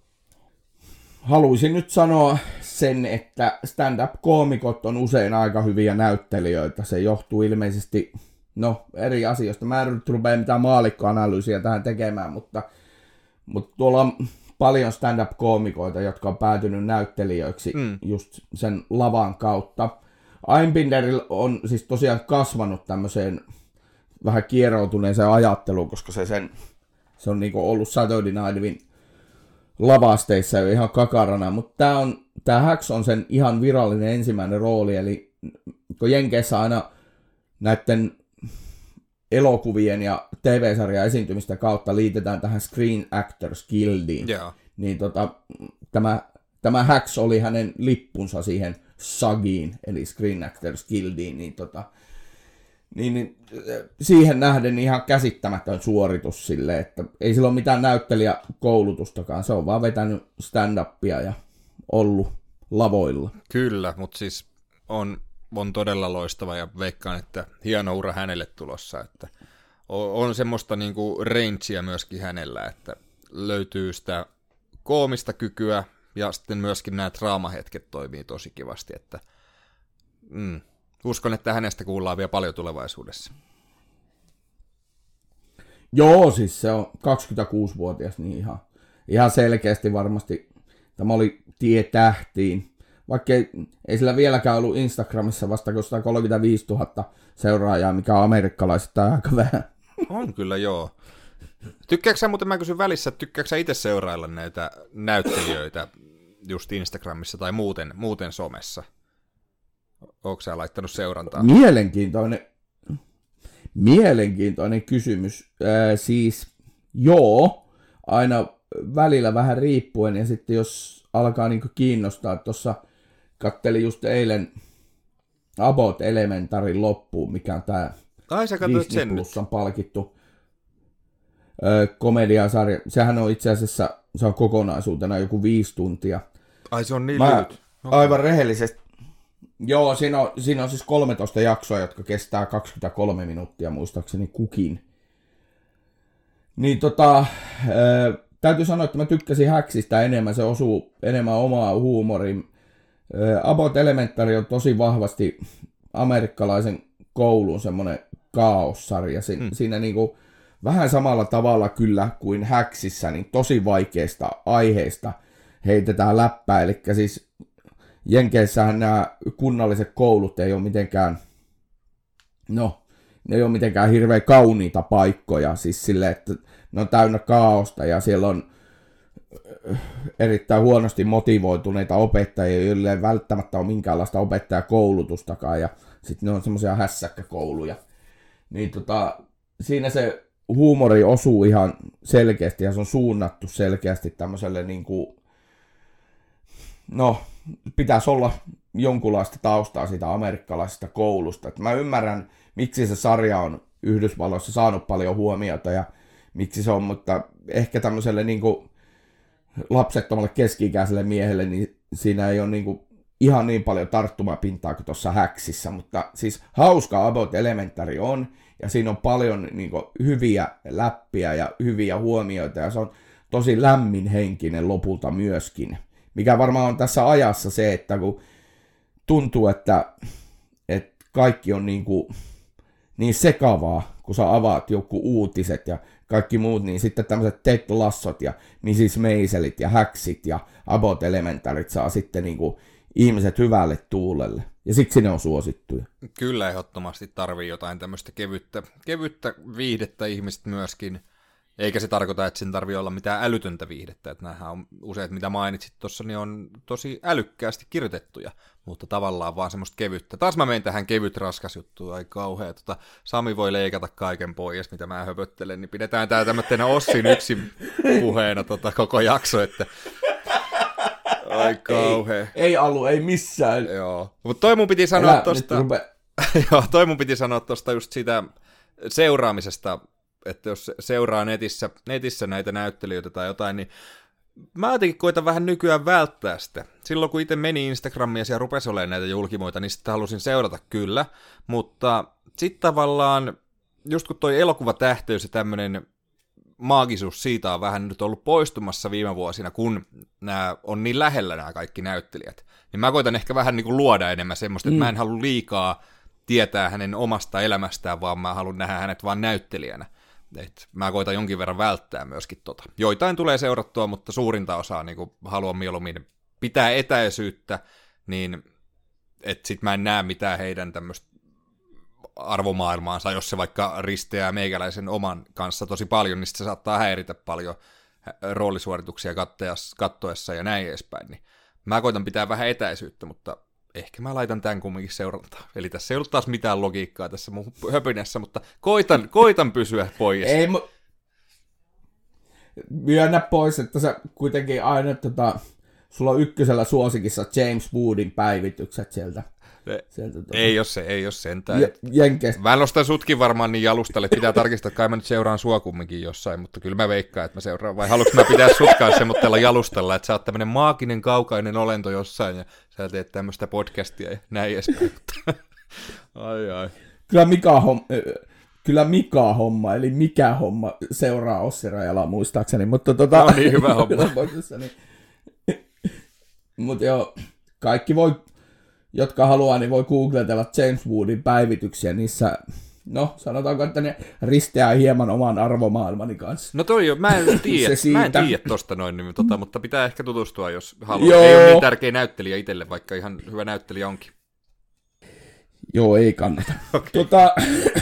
Haluaisin nyt sanoa sen, että stand-up-koomikot on usein aika hyviä näyttelijöitä. Se johtuu ilmeisesti no, eri asioista. Mä en nyt rupea mitään maalikkoanalyysiä tähän tekemään, mutta, mutta tuolla on paljon stand-up-koomikoita, jotka on päätynyt näyttelijöiksi mm. just sen lavan kautta. Einbinderillä on siis tosiaan kasvanut tämmöiseen vähän kieroutuneeseen ajatteluun, koska se, sen, se on niinku ollut Saturday Night Livin lavasteissa jo ihan kakarana, mutta tää, on, tää Hacks on sen ihan virallinen ensimmäinen rooli, eli kun Jenkeissä aina näiden elokuvien ja T V-sarjan esiintymistä kautta liitetään tähän Screen Actors Guildiin, yeah. niin tota, tämä, tämä Hacks oli hänen lippunsa siihen SAGiin, eli Screen Actors Guildiin, niin, tota, niin, niin siihen nähden ihan käsittämätön suoritus sille, että ei sillä ole mitään näyttelijäkoulutustakaan, se on vaan vetänyt stand-upia ja ollut lavoilla.
Kyllä, mutta siis on, on todella loistava ja veikkaan, että hieno ura hänelle tulossa, että on, on semmoista niinku rangea myöskin hänellä, että löytyy sitä koomista kykyä, ja sitten myöskin nämä draamahetket toimii tosi kivasti, että mm, uskon, että hänestä kuullaan vielä paljon tulevaisuudessa.
Joo, siis se on kaksikymmentäkuusivuotias, niin ihan, ihan selkeästi varmasti tämä oli tie tähtiin. Vaikka ei, ei sillä vieläkään ollut Instagramissa vasta sata kolmekymmentäviisituhatta seuraajaa, mikä on amerikkalaisista aika vähän.
On kyllä, joo. Tykkääksä sä, muuten mä kysyn välissä, tykkääksä sä itse seurailla näitä näyttelijöitä just Instagramissa tai muuten, muuten somessa? Ootko sä laittanut seurantaa?
Mielenkiintoinen, Mielenkiintoinen kysymys. Äh, siis joo, aina välillä vähän riippuen, ja sitten jos alkaa niinku kiinnostaa, tuossa kattelin just eilen About Elementarin loppuun, mikä on tää Disney Plus on palkittu öö, komediasarja. Sehän on itse asiassa, se on kokonaisuutena joku viisi tuntia.
Ai se on niin
Mä,
lyhyt. Okay.
Aivan rehellisesti. Joo, siinä on, siinä on siis kolmetoista jaksoa, jotka kestää kaksikymmentäkolme minuuttia muistaakseni kukin. Niin tota, öö, täytyy sanoa, että mä tykkäsin Häksistä enemmän, se osuu enemmän omaa huumorin. Öö, About Elementary on tosi vahvasti amerikkalaisen koulun semmoinen kaossarja. Si- hmm. Siinä niinku vähän samalla tavalla kyllä kuin Häksissä, niin tosi vaikeista aiheista heitetään läppää. Eli siis Jenkeissähän nämä kunnalliset koulut ei ole mitenkään, no, ne ei ole mitenkään hirveän kauniita paikkoja. Siis silleen, että ne on täynnä kaaosta ja siellä on erittäin huonosti motivoituneita opettajia, joille ei välttämättä ole minkäänlaista opettajakoulutustakaan, ja sitten ne on semmoisia hässäkkäkouluja. Niin tota, siinä se huumori osuu ihan selkeästi, ja se on suunnattu selkeästi tämmöiselle niinku, no, pitäisi olla jonkunlaista taustaa siitä amerikkalaisesta koulusta. Et mä ymmärrän, miksi se sarja on Yhdysvalloissa saanut paljon huomiota, ja miksi se on, mutta ehkä tämmöiselle niinku lapsettomalle keski-ikäiselle miehelle, niin siinä ei ole niinku ihan niin paljon tarttumapintaa kuin tuossa Häksissä, mutta siis hauska About Elementary on, ja siinä on paljon niinku hyviä läppiä ja hyviä huomioita, ja se on tosi lämminhenkinen lopulta myöskin, mikä varmaan on tässä ajassa se, että kun tuntuu, että, että kaikki on niinku niin sekavaa, kun sä avaat joku uutiset ja kaikki muut, niin sitten tämmöiset Ted Lassot ja missis Maiselit ja Häksit ja About Elementaryt saa sitten niinku ihmiset hyvälle tuulelle. Ja siksi ne on suosittuja.
Kyllä ehdottomasti tarvii jotain tämmöistä kevyttä, kevyttä viihdettä ihmiset myöskin. Eikä se tarkoita, että sen tarvii olla mitään älytöntä viihdettä. Että nämähän on useat, mitä mainitsit tuossa, niin on tosi älykkäästi kirjoitettuja, mutta tavallaan vaan semmoista kevyttä. Taas mä menen tähän kevyt raskas juttuun, ai kauhea. Tota, Sami voi leikata kaiken pois, mitä mä höpöttelen, niin pidetään tää tämmötenä Ossin yksin puheena tota koko jakso, että ai kauhea.
Ei, ei Allu, ei missään.
Joo, mutta toi mun piti sanoa Elä, tosta, joo, toi mun piti sanoa tosta just sitä seuraamisesta, että jos seuraa netissä, netissä näitä näyttelijöitä tai jotain, niin mä jotenkin koitan vähän nykyään välttää sitä. Silloin kun itse meni Instagramiin ja siellä rupesi olemaan näitä julkimoita, niin sitten halusin seurata kyllä, mutta sitten tavallaan, just kun toi elokuvatähteys ja tämmöinen maagisuus siitä on vähän nyt ollut poistumassa viime vuosina, kun nämä on niin lähellä nämä kaikki näyttelijät, niin mä koitan ehkä vähän niin kuin luoda enemmän semmoista, että mm. mä en halua liikaa tietää hänen omasta elämästään, vaan mä haluan nähdä hänet vaan näyttelijänä. Et mä koitan jonkin verran välttää myöskin tota. Joitain tulee seurattua, mutta suurinta osaa niin haluan mieluummin pitää etäisyyttä, niin että sit mä en näe mitään heidän tämmöistä arvomaailmaansa, jos se vaikka risteää meikäläisen oman kanssa tosi paljon, niin se saattaa häiritä paljon roolisuorituksia kattoessa ja näin edespäin. Niin mä koitan pitää vähän etäisyyttä, mutta ehkä mä laitan tämän kumminkin seurantaan. Eli tässä ei ollut taas mitään logiikkaa tässä mun höpinässä, mutta koitan, koitan pysyä pois.
Ei mu... Myönnä pois, että sä kuitenkin aina, tota, sulla on ykkösellä suosikissa James Woodin päivitykset sieltä. sieltä tota...
Ei ole se, ei ole sentään.
Jenkeistä.
Mä nostan sutkin varmaan niin jalustalle, että pitää tarkistaa, että kai mä nyt seuraan sua kumminkin jossain, mutta kyllä mä veikkaan, että mä seuraan. Vai haluatko mä pitää sutkaan semmoitteella jalustalla, että sä oot tämmönen maaginen, kaukainen olento jossain ja sä teet tämmöistä podcastia ja näin edespäin. ai ai.
Kyllä Mika, homma, kyllä Mika homma, eli mikä homma seuraa Ossi Rajala muistaakseni, mutta tota...
No niin, hyvä homma.
Mutta joo, kaikki voi, jotka haluaa, niin voi googletella James Woodin päivityksiä, niissä, no sanotaanko, että ne risteää hieman oman arvomaailmani kanssa.
No toi jo, mä en tiedä, mä en tiedä tosta noin, niin, tota, mutta pitää ehkä tutustua, jos haluaa. Ei ole niin tärkeä näyttelijä itselle, vaikka ihan hyvä näyttelijä onkin.
Joo, ei kannata. Okay. Tuota,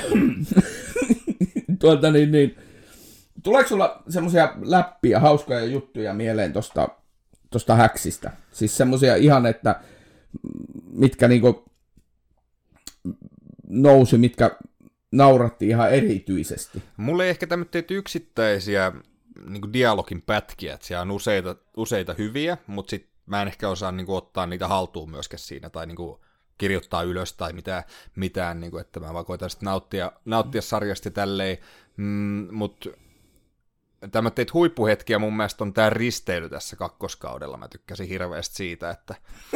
tuota niin, niin, tuleeko sulla semmoisia läppiä, hauskoja juttuja mieleen tosta, tosta Häksistä? Siis semmoisia ihan, että mitkä niinku nousi, mitkä nauratti ihan erityisesti.
Mulle ei ehkä tämmöitä yksittäisiä niin kuin dialogin pätkiä, että siellä on useita, useita hyviä, mutta sitten mä en ehkä osaa niin kuin, ottaa niitä haltuun myöskään siinä, tai niin kuin, kirjoittaa ylös tai mitään, mitään niin kuin, että mä vaan koitan sitten nauttia, nauttia sarjasta tälleen, mm, mutta tämmöitä huippuhetkiä mun mielestä on tää risteily tässä kakkoskaudella, mä tykkäsin hirveästi siitä, että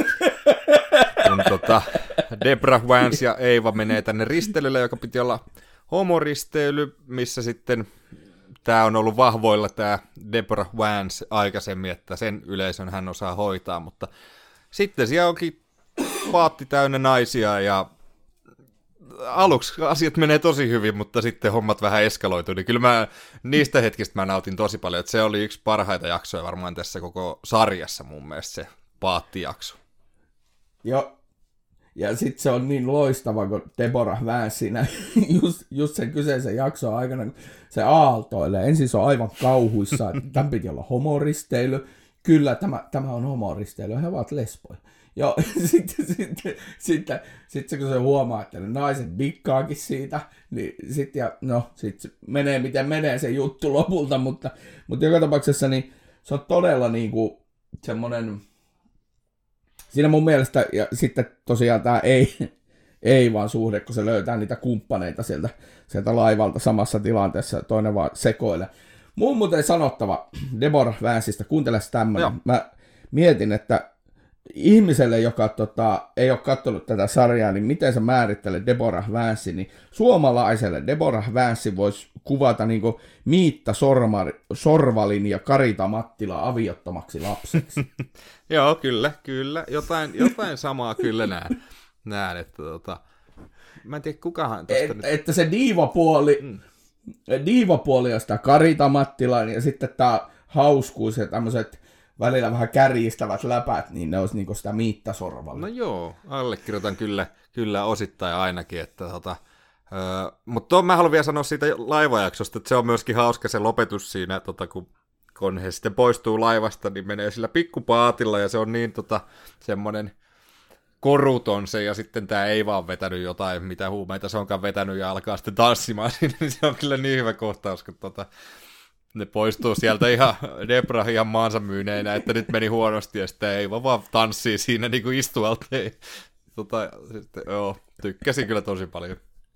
kun tota, Deborah Vance ja Eeva menee tänne risteilylle, joka piti olla homoristeily, missä sitten tämä on ollut vahvoilla tämä Deborah Vance aikaisemmin, että sen yleisön hän osaa hoitaa, mutta sitten siellä onkin paatti täynnä naisia ja aluksi asiat menee tosi hyvin, mutta sitten hommat vähän eskaloituu, niin kyllä mä niistä hetkistä mä nautin tosi paljon, että se oli yksi parhaita jaksoja varmaan tässä koko sarjassa mun mielestä se paattijakso.
Joo, ja sitten se on niin loistava, kun Deborah Vance siinä just, just sen kyseisen jakson aikana, kun se aaltoilee. Ensin se on aivan kauhuissa, että tämän piti olla homoristeily. Kyllä, tämä, tämä on homoristeily, he ovat lesboja. Joo, sitten, sitten, sitten, sitten kun se huomaa, että ne naiset dikkaakin siitä, niin sitten ja no, sit menee miten menee se juttu lopulta, mutta, mutta joka tapauksessa niin se on todella niinku semmoinen, siinä mun mielestä, ja sitten tosiaan tämä ei, ei vaan suhde, kun se löytää niitä kumppaneita sieltä, sieltä laivalta samassa tilanteessa, toinen vaan sekoilee. Mun muuten sanottava Deborah Vanceista, kuuntele tämmöinen, mä mietin, että ihmiselle, joka tota, ei ole katsonut tätä sarjaa, niin miten sä määrittelet Deborah Vance, niin suomalaiselle Deborah Vance voisi kuvata niin kuin Miitta Sormari, Sorvalin ja Karita Mattila aviottomaksi lapseksi.
Joo, kyllä, kyllä. Jotain, jotain samaa kyllä näen. näen että tota, mä en tiedä kukahan tosta
Et,
nyt.
Että se diivapuoli, mm. diivapuoli on sitä Karita Mattilan ja sitten tämä hauskuus ja tämmöiset välillä vähän kärjistävät läpät, niin ne olisi niinku sitä Miitta Sorvalia.
No joo, allekirjoitan kyllä, kyllä osittain ainakin, että tota, öö, mutta mä haluan vielä sanoa siitä laivajaksosta, että se on myöskin hauska se lopetus siinä, tota, kun, kun he sitten poistuu laivasta, niin menee sillä pikkupaatilla, ja se on niin tota, semmoinen koruton se, ja sitten tämä ei vaan vetänyt jotain, mitä huumeita se onkaan vetänyt, ja alkaa sitten tanssimaan siinä, niin se on kyllä niin hyvä kohtaus, kun tota, ne poistuu sieltä ihan Deborah ihan maansa myyneinä, että nyt meni huonosti, ja sitten ei vaan, vaan tanssii siinä niin kuin istualta. Tota, sitten, joo, tykkäsin kyllä tosi paljon.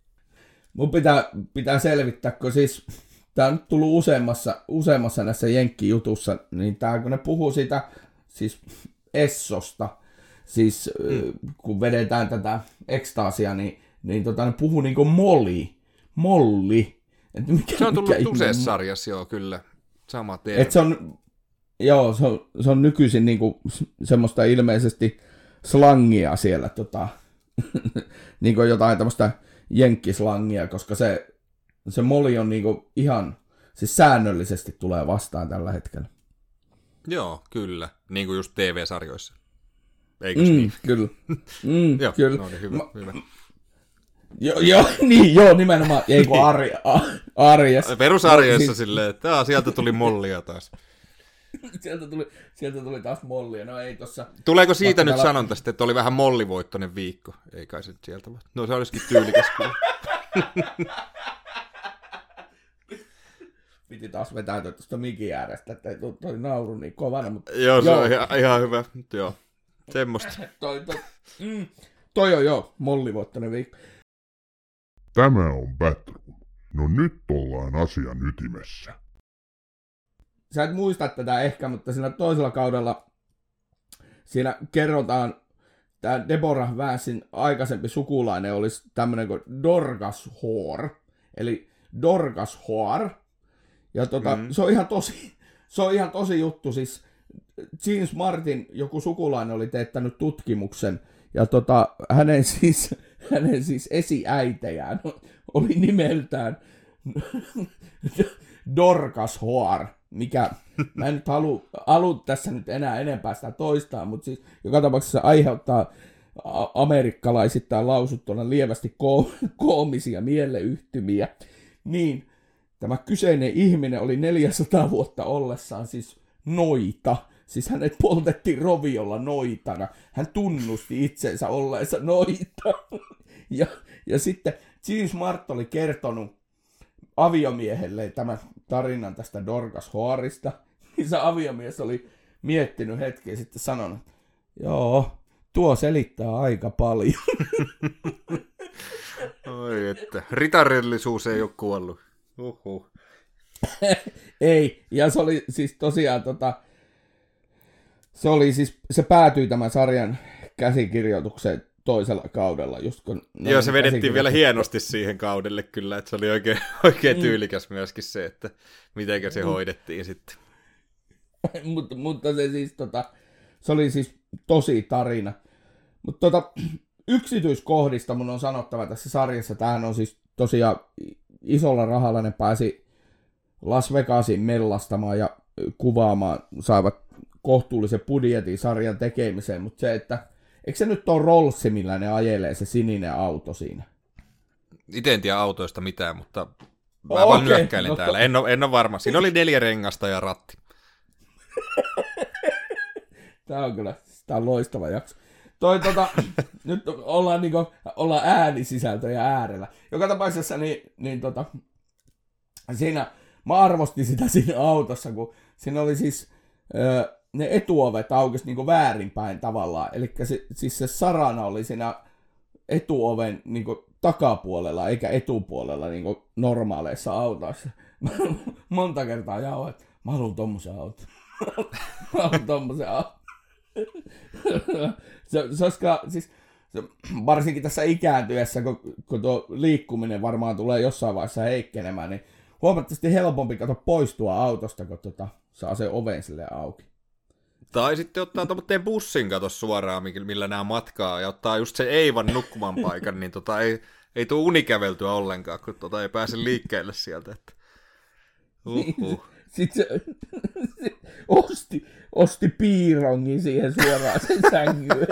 Mun pitää, pitää selvittää, kun siis tää on nyt tullut useammassa, useammassa näissä jenkkijutussa, niin tää kun ne puhuu siitä siis Essosta, siis mm. kun vedetään tätä ekstaasia, niin, niin tota, ne puhuu niinku molli, molli. Mikä,
se on tullut useassa sarjassa, joo, kyllä. Sama termi.
Et se on, joo, se on, se on nykyisin niinku semmoista ilmeisesti slangia siellä, tota, niinku jotain tämmöistä jenkkislangia, koska se, se moli on niinku ihan, siis säännöllisesti tulee vastaan tällä hetkellä.
Joo, kyllä. Niin kuin just T V-sarjoissa. Eikös
mm,
niin?
Kyllä. Mm,
joo,
kyllä.
No niin, hyvä, Ma- hyvä.
Joo, jo, niin, joo, nimenomaan, ei kun Ari, Arjessa.
Perusarjessa siis silleen, että jaa, sieltä tuli mollia taas.
sieltä, tuli, sieltä tuli taas mollia, no ei tossa.
Tuleeko siitä nyt
täällä
sanonta sitten, että oli vähän mollivoittoinen viikko? Ei kai se nyt sieltä vaan. No se olisikin tyylikäs kuva.
Piti taas vetäytyä tuosta mikin äärestä, että ei toi nauru niin kovana, mutta
joo, se joo. on ihan, ihan hyvä, joo, semmoista.
toi, toi, mm, toi on joo, mollivoittoinen viikko.
Tämä on Batroom. No nyt ollaan asian ytimessä.
Sä et muista tätä ehkä, mutta siinä toisella kaudella siinä kerrotaan, tämä Deborah Vancein aikaisempi sukulainen olisi tämmöinen kuin Dorcas Hoare, eli Dorcas Hoare. Ja tota, mm. se on ihan tosi, se on ihan tosi juttu, siis James Martin, joku sukulainen, oli teettänyt tutkimuksen, ja tota, hänen siis, hänen siis esiäitejään oli nimeltään Dorcas Hoare, mikä, mä en nyt halua, halua tässä nyt enää enempää sitä toistaa, mutta siis joka tapauksessa se aiheuttaa amerikkalaisittain lausuttuna lievästi ko- koomisia mieleyhtymiä, niin tämä kyseinen ihminen oli neljäsataa vuotta ollessaan siis noita. Siis hänet poltettiin roviolla noitana. Hän tunnusti itsensä olleensa noita. Ja, ja sitten Gene Smart oli kertonut aviomiehelle tämän tarinan tästä Dorcas Hoarista, niin se aviomies oli miettinyt hetken ja sitten sanonut, että joo, tuo selittää aika paljon.
Oi että, ritarillisuus ei ole kuollut. Uhuh.
Ei, ja se oli siis tosiaan tota, se oli siis, se päätyi tämän sarjan käsikirjoitukseen toisella kaudella, just kun...
Joo, se vedettiin vielä hienosti siihen kaudelle kyllä, että se oli oikein, oikein tyylikäs myöskin se, että mitenkä se hoidettiin sitten.
Mut, mutta se siis tota, se oli siis tosi tarina. Mutta tota, yksityiskohdista mun on sanottava tässä sarjassa, tämähän on siis tosiaan isolla rahalla ne pääsi Las Vegasin mellastamaan ja kuvaamaan, saivat kohtuullisen budjetin sarjan tekemiseen, mutta se, että eikö se nyt ole Rollsi, millä ne ajelee se sininen auto siinä?
Itse en tiedä autoista mitään, mutta mä
okay,
vaan nyökkäilen
no,
täällä. En ole, en ole varma. Siinä oli neljä rengasta ja ratti.
Tämä on kyllä, tämä on loistava jakso. Toi, tota, nyt ollaan, niinku, ollaan äänisisältöjä äärellä. Joka tapauksessa niin, niin tota, siinä, mä arvostin sitä siinä autossa, kun siinä oli siis... Öö, ne etuovet aukesi niinku väärinpäin tavallaan. Eli se, siis se sarana oli siinä etuoven niinku takapuolella, eikä etupuolella niinku normaaleissa autoissa. Monta kertaa jauhoin, että mä haluan tommosen auton. Mä haluan tommosen auton. se, se olisika, siis, se, varsinkin tässä ikääntyessä, kun, kun tuo liikkuminen varmaan tulee jossain vaiheessa heikkenemään, niin huomattavasti helpompi kato poistua autosta, kun tota, saa sen oven silleen auki.
Tai sitten ottaa tuommoitteen bussin kato suoraan, millä nämä matkaa, ja ottaa just se Eivan nukkuman paikan, niin tota ei, ei tule unikäveltyä ollenkaan, kun tota ei pääse liikkeelle sieltä. Että... Uhuh.
Sitten se, se osti, osti piirongin siihen suoraan sen sängyyn.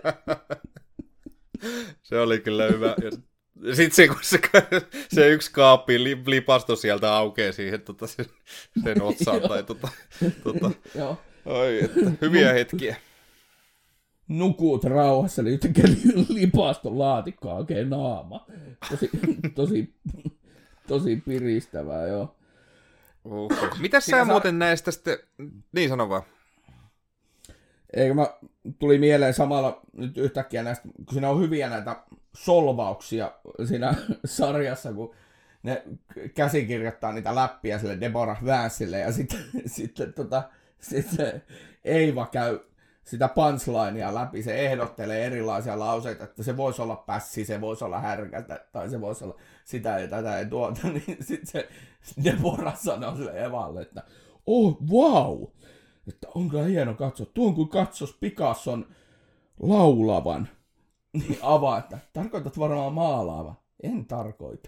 Se oli kyllä hyvä. Sitten se, kun se, se yksi kaappi lipasto sieltä aukeaa siihen tota, sen, sen otsaan. tai tota, tota.
Joo.
Oi, että hyviä hetkiä.
Nukut rauhassa, eli yhtäkkiä lipaston laatikko aukeaa naama. Tosi, tosi, tosi piristävää, joo.
Okay. Mitäs sä muuten näistä sitten, niin sano vaan.
Eikö mä tuli mieleen samalla nyt yhtäkkiä näistä, kun siinä on hyviä näitä solvauksia siinä sarjassa, kun ne käsikirjoittaa niitä läppiä sille Deborah Vanceille ja sitten, sitten tota, sitten Eiva käy sitä punchlinea läpi, se ehdottelee erilaisia lauseita, että se voisi olla pässi, se voisi olla härkätä, tai se voisi olla sitä ja tätä ja tuota, niin sitten se Deborah sanoo sille Evalle, että oh, wow, että on kyllä hieno katsoa, tuon kun katsos Picasson laulavan, niin avaa, että tarkoitat varmaan maalaavan, en tarkoita.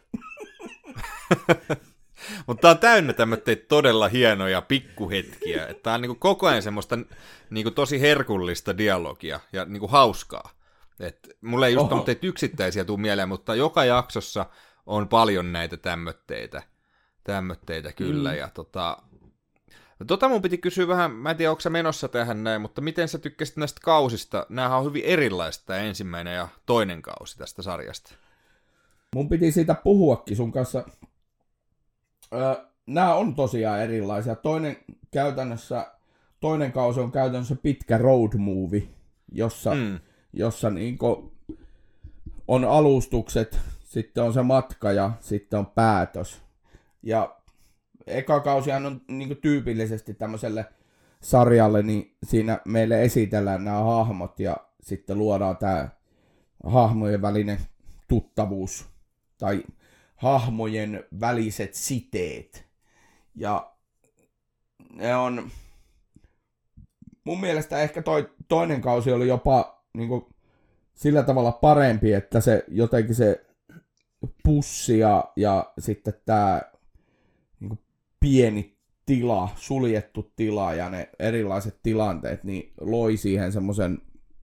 Mutta tää on täynnä tämmöitä todella hienoja pikkuhetkiä. Että tää on niinku koko ajan semmoista niinku tosi herkullista dialogia ja niinku hauskaa. Et mulle ei just tämmöitä yksittäisiä tuu mieleen, mutta joka jaksossa on paljon näitä tämmötteitä. Tämmötteitä kyllä. Mm. Ja tota, tota mun piti kysyä vähän, mä en tiedä onko sä menossa tähän näin, mutta miten sä tykkäsit näistä kausista? Nämähän on hyvin erilaista, tämä ensimmäinen ja toinen kausi tästä sarjasta.
Mun piti siitä puhuakin sun kanssa. Öö, nämä on tosiaan erilaisia. Toinen käytännössä, toinen kausi on käytännössä pitkä road movie, jossa, mm. jossa niinku on alustukset, sitten on se matka ja sitten on päätös. Ja eka kausihan on niinku tyypillisesti tämmöiselle sarjalle, niin siinä meille esitellään nämä hahmot ja sitten luodaan tämä hahmojen välinen tuttavuus tai hahmojen väliset siteet. Ja ne on... Mun mielestä ehkä toi toinen kausi oli jopa niinku sillä tavalla parempi, että se jotenkin se pussi ja, ja sitten tää niinku pieni tila, suljettu tila ja ne erilaiset tilanteet, niin loi siihen semmosen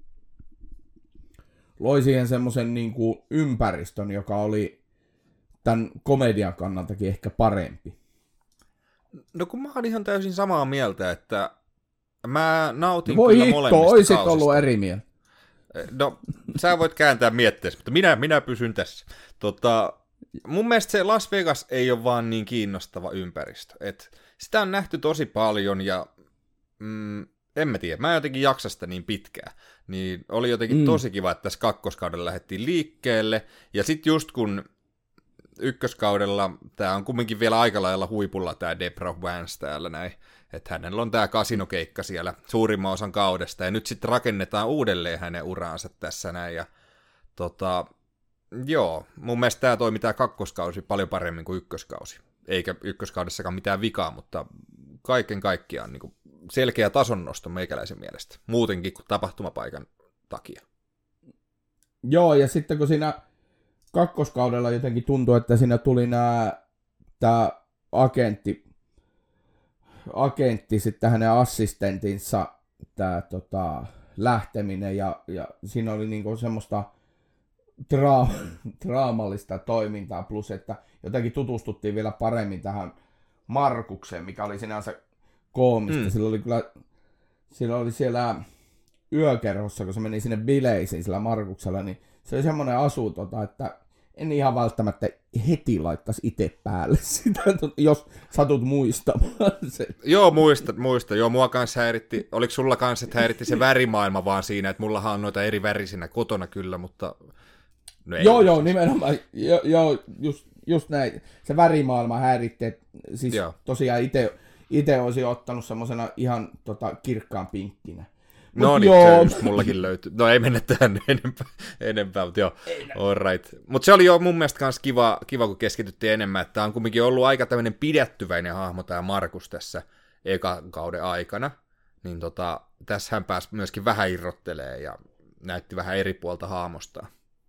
loi siihen semmosen niinku ympäristön, joka oli tämän komedian kannaltakin ehkä parempi.
No kun mä oon ihan täysin samaa mieltä, että mä nautin
Voi
kyllä
hitto,
molemmista
oisit
kausista.
ollut eri mieltä.
No, sä voit kääntää mietteessä, mutta minä, minä pysyn tässä. Tota, mun mielestä se Las Vegas ei ole vaan niin kiinnostava ympäristö. Et sitä on nähty tosi paljon ja mm, en mä tiedä, mä en jotenkin jaksa sitä niin pitkään. Niin oli jotenkin mm. tosi kiva, että tässä kakkoskaudella lähdettiin liikkeelle. Ja sitten just kun ykköskaudella, tää on kumminkin vielä aika lailla huipulla tää Debra Vance täällä näin. Että hänellä on tää kasinokeikka siellä suurimman osan kaudesta. Ja nyt sitten rakennetaan uudelleen hänen uraansa tässä näin. Ja tota, joo, mun mielestä tää toimi tää kakkoskausi paljon paremmin kuin ykköskausi. Eikä ykköskaudessakaan mitään vikaa, mutta kaiken kaikkiaan niin kuin selkeä tasonnosto meikäläisen mielestä. Muutenkin kuin tapahtumapaikan takia.
Joo, ja sitten kun siinä kakkoskaudella jotenkin tuntui, että siinä tuli nää, tää agentti, agentti sitten hänen assistentinsa, tää tota, lähteminen, ja, ja siinä oli niinku semmoista dra- draamallista toimintaa, plus että jotenkin tutustuttiin vielä paremmin tähän Markukseen, mikä oli sinänsä koomista. Mm. Sillä oli kyllä, sillä oli siellä yökerhossa, kun se meni sinne bileisiin sillä Markuksella, niin se oli semmoinen asu, tota, että en ihan välttämättä heti laittaisi itse päälle sitä, jos satut muistamaan sen.
Joo, muista, muista. Joo, mua kanssa häiritti, oliko sulla kanssa, että häiritti se värimaailma vaan siinä, että mullahan on noita eri värisinä kotona kyllä, mutta no
joo, joo, siis nimenomaan, jo, joo, just, just näin. Se värimaailma häiritti, että siis joo. Tosiaan itse itse olisin ottanut semmosena ihan tota, kirkkaan pinkkinä. Mut
no niin, se just mullakin löytyy. No ei mennä tähän enempää, enempää mutta joo, all right. Mutta se oli jo mun mielestä kans kiva, kiva, kun keskityttiin enemmän, että tää on kumminkin ollut aika tämmöinen pidättyväinen hahmo tää Markus tässä ekan kauden aikana. Niin tota, tässä hän pääsi myöskin vähän irrottelee ja näytti vähän eri puolta hahmostaan.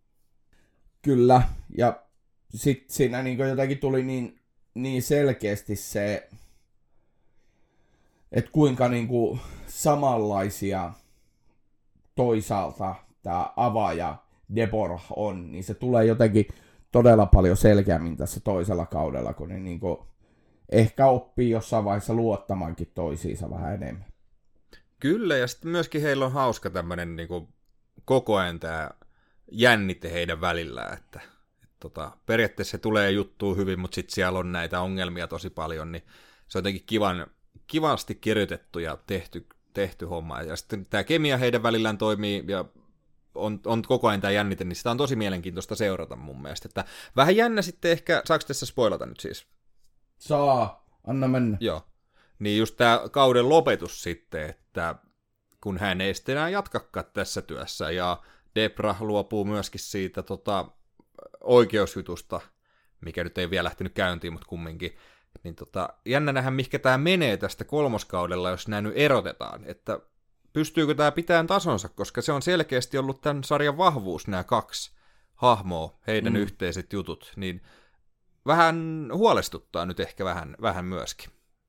Kyllä, ja sitten siinä niin jotenkin tuli niin, niin selkeästi se, että kuinka niin kuin samanlaisia toisaalta tämä Ava ja Deborah on, niin se tulee jotenkin todella paljon selkeämmin tässä toisella kaudella, kun ne niin kuin ehkä oppii jossain vaiheessa luottamankin toisiinsa vähän enemmän.
Kyllä, ja sitten myöskin heillä on hauska tämmöinen niin kuin koko ajan tämä jännite heidän välillään, että, että tota, periaatteessa se tulee juttuun hyvin, mutta sitten siellä on näitä ongelmia tosi paljon, niin se on jotenkin kivan, kivasti kirjoitettu ja tehty, tehty homma. Ja sitten tämä kemia heidän välillään toimii ja on, on koko ajan tämä jännite, niin sitä on tosi mielenkiintoista seurata mun mielestä. Että vähän jännä sitten ehkä, saako tässä spoilata nyt siis?
Saa, anna mennä.
Joo, niin just tämä kauden lopetus sitten, että kun hän ei sitten enää jatkakaan tässä työssä ja Debra luopuu myöskin siitä tota, oikeusjutusta, mikä nyt ei vielä lähtenyt käyntiin, mutta kumminkin. Niin tota, jännä nähdä, mihinkä tämä menee tästä kolmoskaudella, jos nämä nyt erotetaan. Että pystyykö tämä pitämään tasonsa, koska se on selkeästi ollut tämän sarjan vahvuus, nämä kaksi hahmoa, heidän mm. yhteiset jutut. Niin vähän huolestuttaa nyt ehkä vähän, vähän myöskin.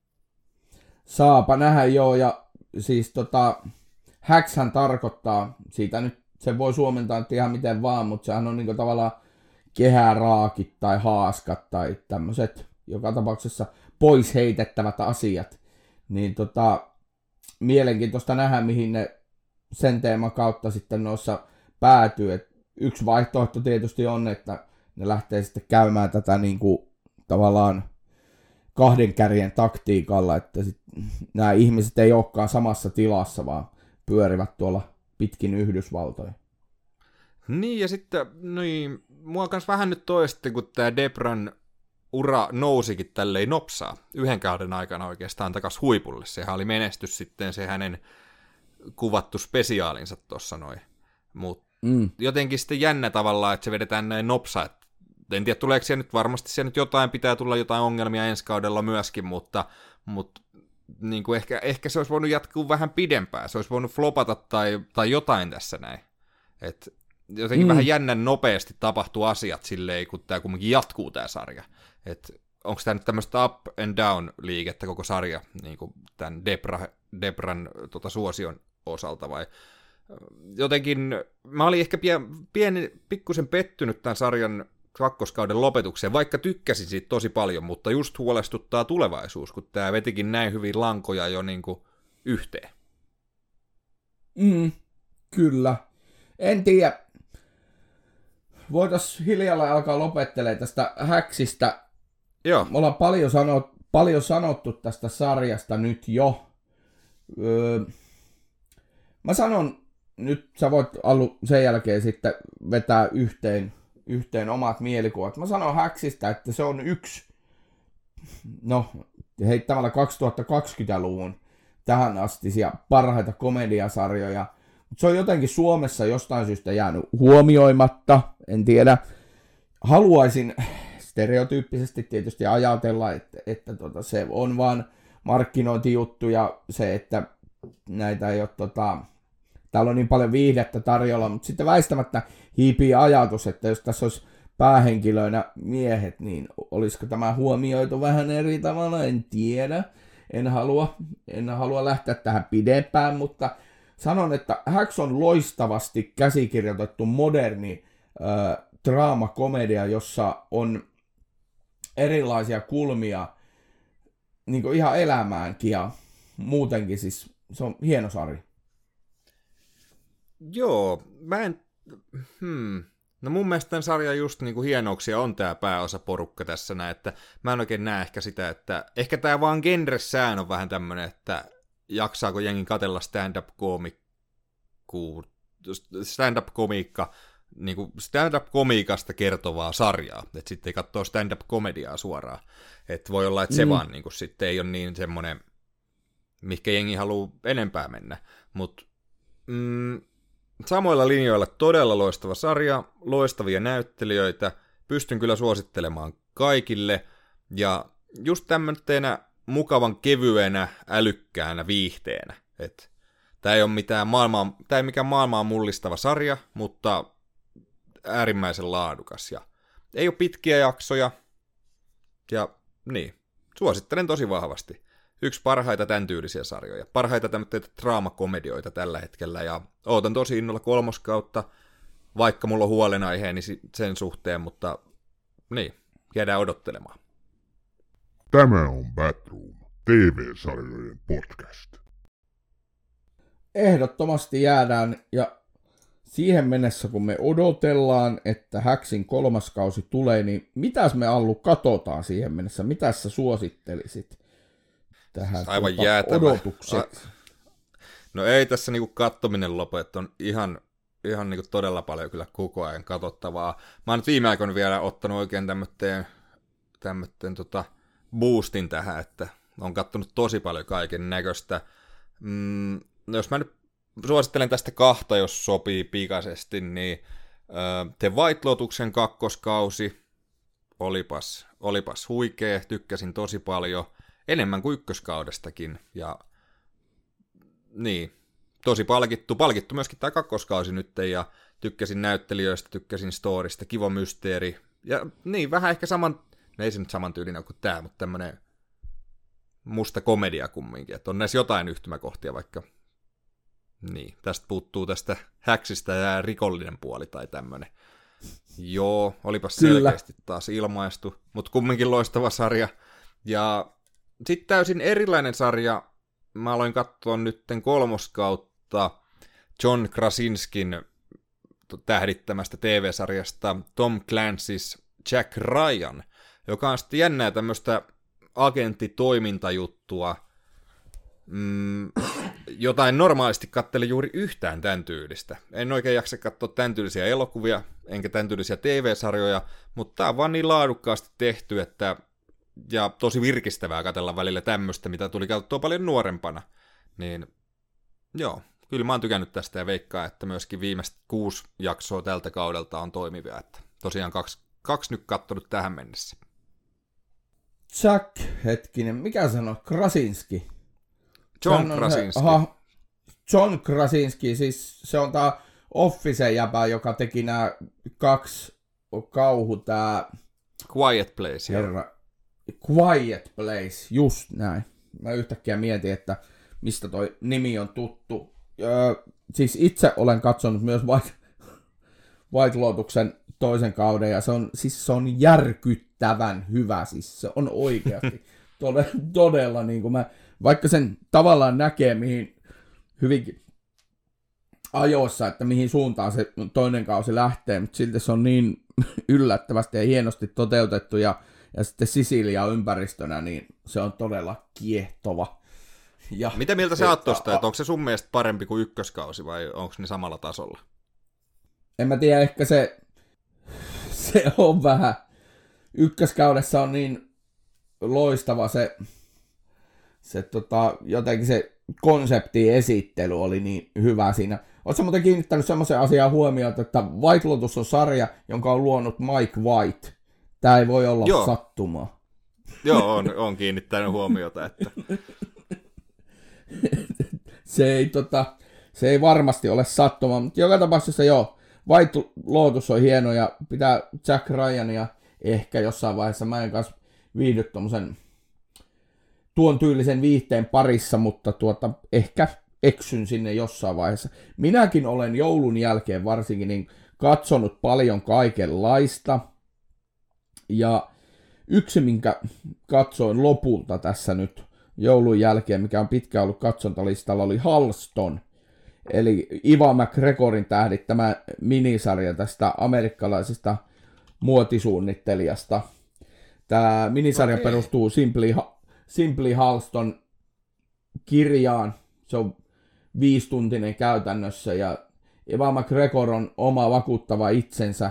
Saapa nähdä joo, ja siis tota, häkshän tarkoittaa, siitä nyt se voi suomentaa ihan miten vaan, mutta sehän on niinku tavallaan kehäraakit tai haaskat tai tämmöiset joka tapauksessa pois heitettävät asiat. Niin tota, mielenkiintoista nähdä, mihin ne sen teeman kautta sitten noissa päätyy. Et yksi vaihtoehto tietysti on, että ne lähtee sitten käymään tätä niinku tavallaan kahden kärjen taktiikalla, että sit nämä ihmiset ei olekaan samassa tilassa, vaan pyörivät tuolla pitkin Yhdysvaltoja.
Niin, ja sitten, niin, mua kans vähän nyt toisti, kun tää Debran ura nousikin tälleen nopsaa yhden kauden aikana oikeastaan takas huipulle. Sehän oli menestys sitten se hänen kuvattu spesiaalinsa tuossa noin. Mutta mm. jotenkin sitten jännä tavallaan, että se vedetään näin nopsaa. En tiedä, tuleeko siellä nyt varmasti siellä nyt jotain, pitää tulla jotain ongelmia ensi kaudella myöskin, mutta, mutta niin kuin ehkä, ehkä se olisi voinut jatkuu vähän pidempään. Se olisi voinut flopata tai, tai jotain tässä näin. Et jotenkin mm. vähän jännän nopeasti tapahtuu asiat silleen, kun tämä kumminkin jatkuu tämä sarja. Että onko tämä nyt tämmöistä up and down liikettä koko sarja, niin kuin tämän Debra, Debran tota, suosion osalta, vai jotenkin, mä olin ehkä pieni, pieni pikkusen pettynyt tämän sarjan kakkoskauden lopetukseen, vaikka tykkäsin siitä tosi paljon, mutta just huolestuttaa tulevaisuus, kun tämä vetikin näin hyvin lankoja jo niin kuin yhteen.
Mm, kyllä. En tiedä. voitaisiin hiljalleen alkaa lopettelemaan tästä häksistä.
Joo.
Me ollaan paljon, sanot, paljon sanottu tästä sarjasta nyt jo. Öö, mä sanon, nyt sä voit Allu sen jälkeen sitten vetää yhteen, yhteen omat mielikuvat. Mä sanon häksistä, että se on yksi, no heittämällä kaksituhattakaksikymmentäluvun tähän astisia parhaita komediasarjoja. Mutta se on jotenkin Suomessa jostain syystä jäänyt huomioimatta, en tiedä. Haluaisin stereotyyppisesti tietysti ajatella, että, että tota, se on vaan markkinointijuttu ja se, että näitä ei ole, tota, täällä on niin paljon viihdettä tarjolla, mutta sitten väistämättä hiipii ajatus, että jos tässä olisi päähenkilöinä miehet, niin olisiko tämä huomioitu vähän eri tavalla, en tiedä. En halua, en halua lähteä tähän pidempään, mutta sanon, että Häks on loistavasti käsikirjoitettu moderni äh, draamakomedia, jossa on erilaisia kulmia niin kuin ihan elämäänkin ja muutenkin, siis se on hieno sarja.
Joo, mä en... Hmm. No mun mielestä tämän sarjan just niinku hienouksia on tää pääosaporukka tässä näin, että mä en oikein näe ehkä sitä, että ehkä tää vaan genressään on vähän tämmönen, että jaksaako jengi katella stand-up-komikku, stand-up-komiikka, niinku stand-up-komiikasta kertovaa sarjaa, että sitten ei katsoo stand-up-komediaa suoraan, että voi olla, että se mm. vaan niinku sitten ei ole niin semmonen, mihinkä jengi haluaa enempää mennä, mutta mm, samoilla linjoilla todella loistava sarja, loistavia näyttelijöitä, pystyn kyllä suosittelemaan kaikille, ja just tämmöisenä mukavan kevyenä, älykkäänä viihteenä. Tämä ei ole mitään maailmaa, tää ei mikään maailmaa mullistava sarja, mutta äärimmäisen laadukas, ja ei ole pitkiä jaksoja, ja niin, suosittelen tosi vahvasti. Yksi parhaita tämän tyylisiä sarjoja. Parhaita tämmöitä draamakomedioita tällä hetkellä. Ja ootan tosi innolla kolmoskautta, vaikka mulla on huolenaiheeni sen suhteen, mutta niin, jäädään odottelemaan.
Tämä on Batroom, T V-sarjojen podcast.
Ehdottomasti jäädään, ja siihen mennessä kun me odotellaan, että Häksin kolmas kausi tulee, niin mitäs me Allu katsotaan siihen mennessä? Mitäs sä suosittelisit? Tähän
aivan
tuota,
jäätävä.
Odotukset.
No ei tässä niinku kattominen lopu, että on ihan, ihan niinku todella paljon kyllä koko ajan katsottavaa. Mä oon nyt viime aikoina vielä ottanut oikein tämmöten, tämmöten tota boostin tähän, että on kattonut tosi paljon kaiken näköistä. Mm, no jos mä nyt suosittelen tästä kahta, jos sopii pikaisesti, niin äh, The White Lotuksen kakkoskausi olipas, olipas huikea, tykkäsin tosi paljon. Enemmän kuin ykköskaudestakin, ja niin, tosi palkittu, palkittu myöskin tämä kakkoskausi nyt, ja tykkäsin näyttelijöistä, tykkäsin storista, kiva mysteeri, ja niin, vähän ehkä saman, no ei se nyt samantyylinen kuin tämä, mutta tämmönen musta komedia kumminkin, että on näissä jotain yhtymäkohtia, vaikka, niin, tästä puuttuu tästä Häksistä ja rikollinen puoli tai tämmönen. Joo, olipas Kyllä. selkeästi taas ilmaistu, mutta kumminkin loistava sarja, ja sitten täysin erilainen sarja. Mä aloin katsoa nytten kolmoskautta John Krasinskin tähdittämästä T V-sarjasta Tom Clancy's Jack Ryan, joka on sitten jännää tämmöistä agenttitoimintajuttua, mm, jota en normaalisti kattele juuri yhtään tämän tyylistä. En oikein jaksa katsoa tämän tyylisiä elokuvia, enkä tämän tyylisiä T V-sarjoja, mutta tää on vaan niin laadukkaasti tehty, että ja tosi virkistävää katsella välillä tämmöistä, mitä tuli katsottua paljon nuorempana. Niin joo, kyllä mä oon tykännyt tästä ja veikkaa, että myöskin viimeiset kuusi jaksoa tältä kaudelta on toimivia. Että tosiaan kaksi, kaksi nyt kattonut tähän mennessä.
Jack, hetkinen, mikä sanoo? Krasinski?
John Krasinski.
Aha, John Krasinski, siis se on tää Officen jäpä, joka teki nämä kaksi kauhu, tää
Quiet Place.
Herra. Quiet Place, just näin. Mä yhtäkkiä mietin, että mistä toi nimi on tuttu. Öö, siis itse olen katsonut myös White, White Lotuksen toisen kauden, ja se on, siis se on järkyttävän hyvä. Siis se on oikeasti todella, todella niin kuin mä, vaikka sen tavallaan näkee, mihin hyvinkin ajoissa, että mihin suuntaan se toinen kausi lähtee, mutta silti se on niin yllättävästi ja hienosti toteutettu, ja, ja sitten Sisilia ympäristönä, niin se on todella kiehtova. Ja,
mitä mieltä sä oot tosta, että onko se sun mielestä parempi kuin ykköskausi, vai onko ne samalla tasolla?
En mä tiedä, ehkä se, se on vähän, ykköskaudessa on niin loistava se, se tota, jotenkin se konseptiesittely oli niin hyvä siinä. Oletko muuten kiinnittänyt semmoisen asian huomioon, että White Lotus on sarja, jonka on luonut Mike White. Tämä ei voi olla Joo. sattumaa.
Joo, on, on kiinnittänyt huomiota, että
se, ei, tota, se ei varmasti ole sattumaa, mutta joka tapauksessa joo, White Lotus on hieno ja pitää Jack Ryania ehkä jossain vaiheessa. Mä en kanssa viihdy tommosen tuon tyylisen viihteen parissa, mutta tuota, ehkä eksyn sinne jossain vaiheessa. Minäkin olen joulun jälkeen varsinkin niin katsonut paljon kaikenlaista. Ja yksi, minkä katsoin lopulta tässä nyt joulun jälkeen, mikä on pitkään ollut katsontalistalla, oli Halston. Eli Ivan McGregorin tähdittämä minisarja tästä amerikkalaisesta muotisuunnittelijasta. Tämä minisarja okay. perustuu Simply, Simply Halston kirjaan. Se on viisituntinen käytännössä ja Ivan McGregor on oma vakuuttava itsensä.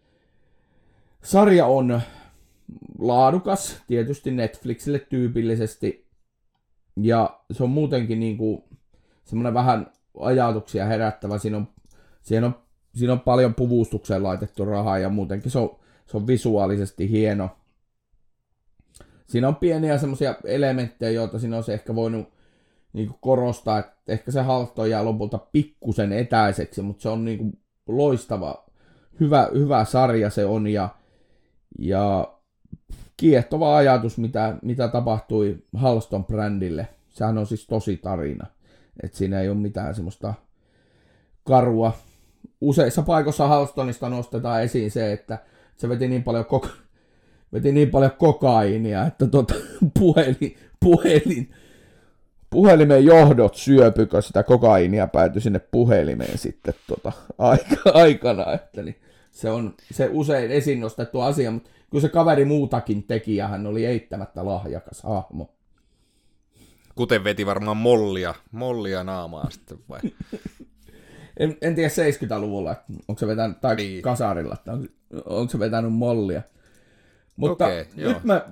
Sarja on laadukas, tietysti Netflixille tyypillisesti, ja se on muutenkin niinku semmoinen vähän ajatuksia herättävä. Siinä on, siinä on, siinä on paljon puvustukseen laitettu rahaa ja muutenkin se on, se on visuaalisesti hieno. Siinä on pieniä semmoisia elementtejä, joita siinä olisi ehkä voinut niinku korostaa, että ehkä se Halston jää lopulta pikkusen etäiseksi, mutta se on niinku loistava, hyvä, hyvä sarja se on, ja, ja kiehtova ajatus, mitä, mitä tapahtui Halston-brändille. Sehän on siis tosi tarina, että siinä ei ole mitään semmoista karua. Useissa paikoissa Halstonista nostetaan esiin se, että se veti niin paljon, kok- veti niin paljon kokaiinia, että tota, puhelin, puhelin, puhelimen johdot syöpykö sitä kokaiinia päätyi sinne puhelimeen sitten tota, aika, aikana. Että niin se on se usein esiin nostettu asia, mutta kyllä se kaveri muutakin teki ja hän oli eittämättä lahjakas hahmo.
Kuten veti varmaan mollia, mollia naamaa sitten vai?
en, en tiedä seitsemänkymmentäluvulla, onko se vetänyt, tai
niin.
kasarilla, että on, onko se vetänyt mollia. Mutta
okay,
nyt
joo.
me,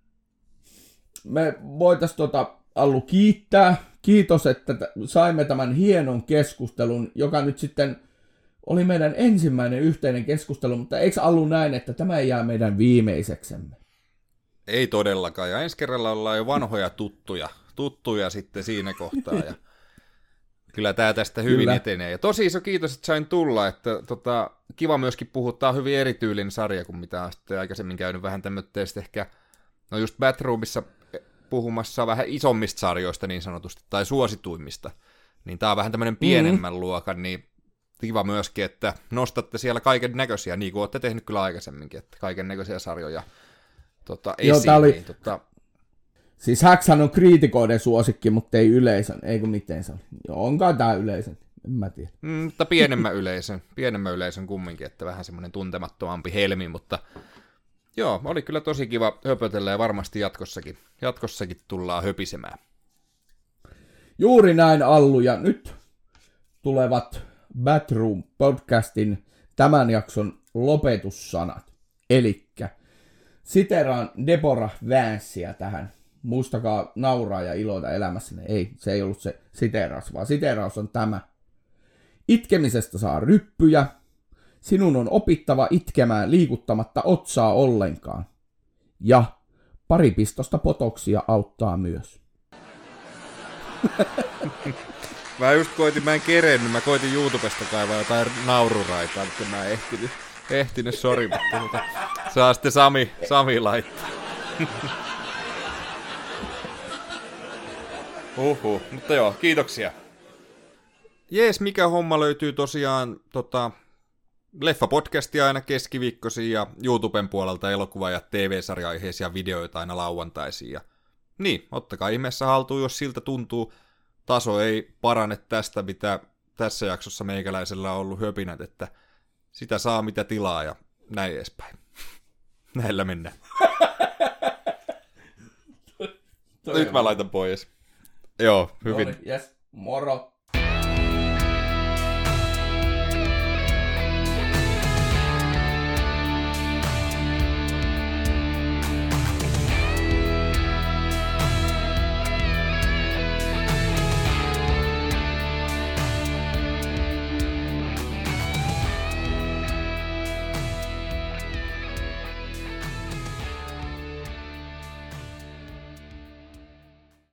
me voitaisiin tota Allu kiittää. Kiitos, että saimme tämän hienon keskustelun, joka nyt sitten oli meidän ensimmäinen yhteinen keskustelu, mutta eikö Allu näin, että tämä ei jää meidän viimeiseksemme?
Ei todellakaan, ja ensi kerralla ollaan jo vanhoja tuttuja, tuttuja sitten siinä kohtaa, ja kyllä tämä tästä hyvin kyllä etenee. Ja tosi iso kiitos, että sain tulla, että tota, kiva myöskin puhuttaa hyvin erityylinen sarja, kuin mitä on sitten aikaisemmin käynyt vähän tämmöistä ehkä, no just Batroomissa puhumassa vähän isommista sarjoista niin sanotusti, tai suosituimmista, niin tämä on vähän tämmöinen pienemmän mm-hmm. luokan, niin kiva myöskin, että nostatte siellä kaiken näköisiä, niin kuin olette tehnyt kyllä aikaisemminkin, että kaiken näköisiä sarjoja tota, esiin. Joo, oli niin, tota...
Siis Häkshän on kriitikoiden suosikki, mutta ei yleisön, eikö miten se on. Joo, onkaan tämä yleisön, en mä tiedä.
Mm, mutta pienemmän yleisön, pienemmän yleisön kumminkin, että vähän semmoinen tuntemattomampi helmi, mutta joo, oli kyllä tosi kiva höpötellä ja varmasti jatkossakin, jatkossakin tullaan höpisemään.
Juuri näin, Allu, ja nyt tulevat Batroom-podcastin tämän jakson lopetussanat. Elikkä siteraan Deborah Vancea tähän. Muistakaa nauraa ja iloita elämässäne. Ei, se ei ollut se siteraus, vaan siteraus on tämä. Itkemisestä saa ryppyjä. Sinun on opittava itkemään liikuttamatta otsaa ollenkaan. Ja pari pistosta potoksia auttaa myös.
Mä just koitin, mä en kerennyt, mä koitin YouTubesta kaivaa jotain naururaitaa, mutta mä en ehtinyt, ehtinyt sori, mutta mutta saa sitten Sami, Sami laittaa. Uhuh, mutta joo, kiitoksia. Jees, mikä homma löytyy tosiaan tota, Leffa-podcastia aina keskiviikkoisin ja YouTuben puolelta elokuva- ja T V-sarja-aiheisia videoita aina lauantaisin. Ja niin, ottakaa ihmeessä haltuun, jos siltä tuntuu. Taso ei parane tästä, mitä tässä jaksossa meikäläisellä on ollut höpinät, että sitä saa mitä tilaa ja näin edespäin. Näillä mennään. Nyt mä laitan pois. Joo, hyvin.
Yes, moro.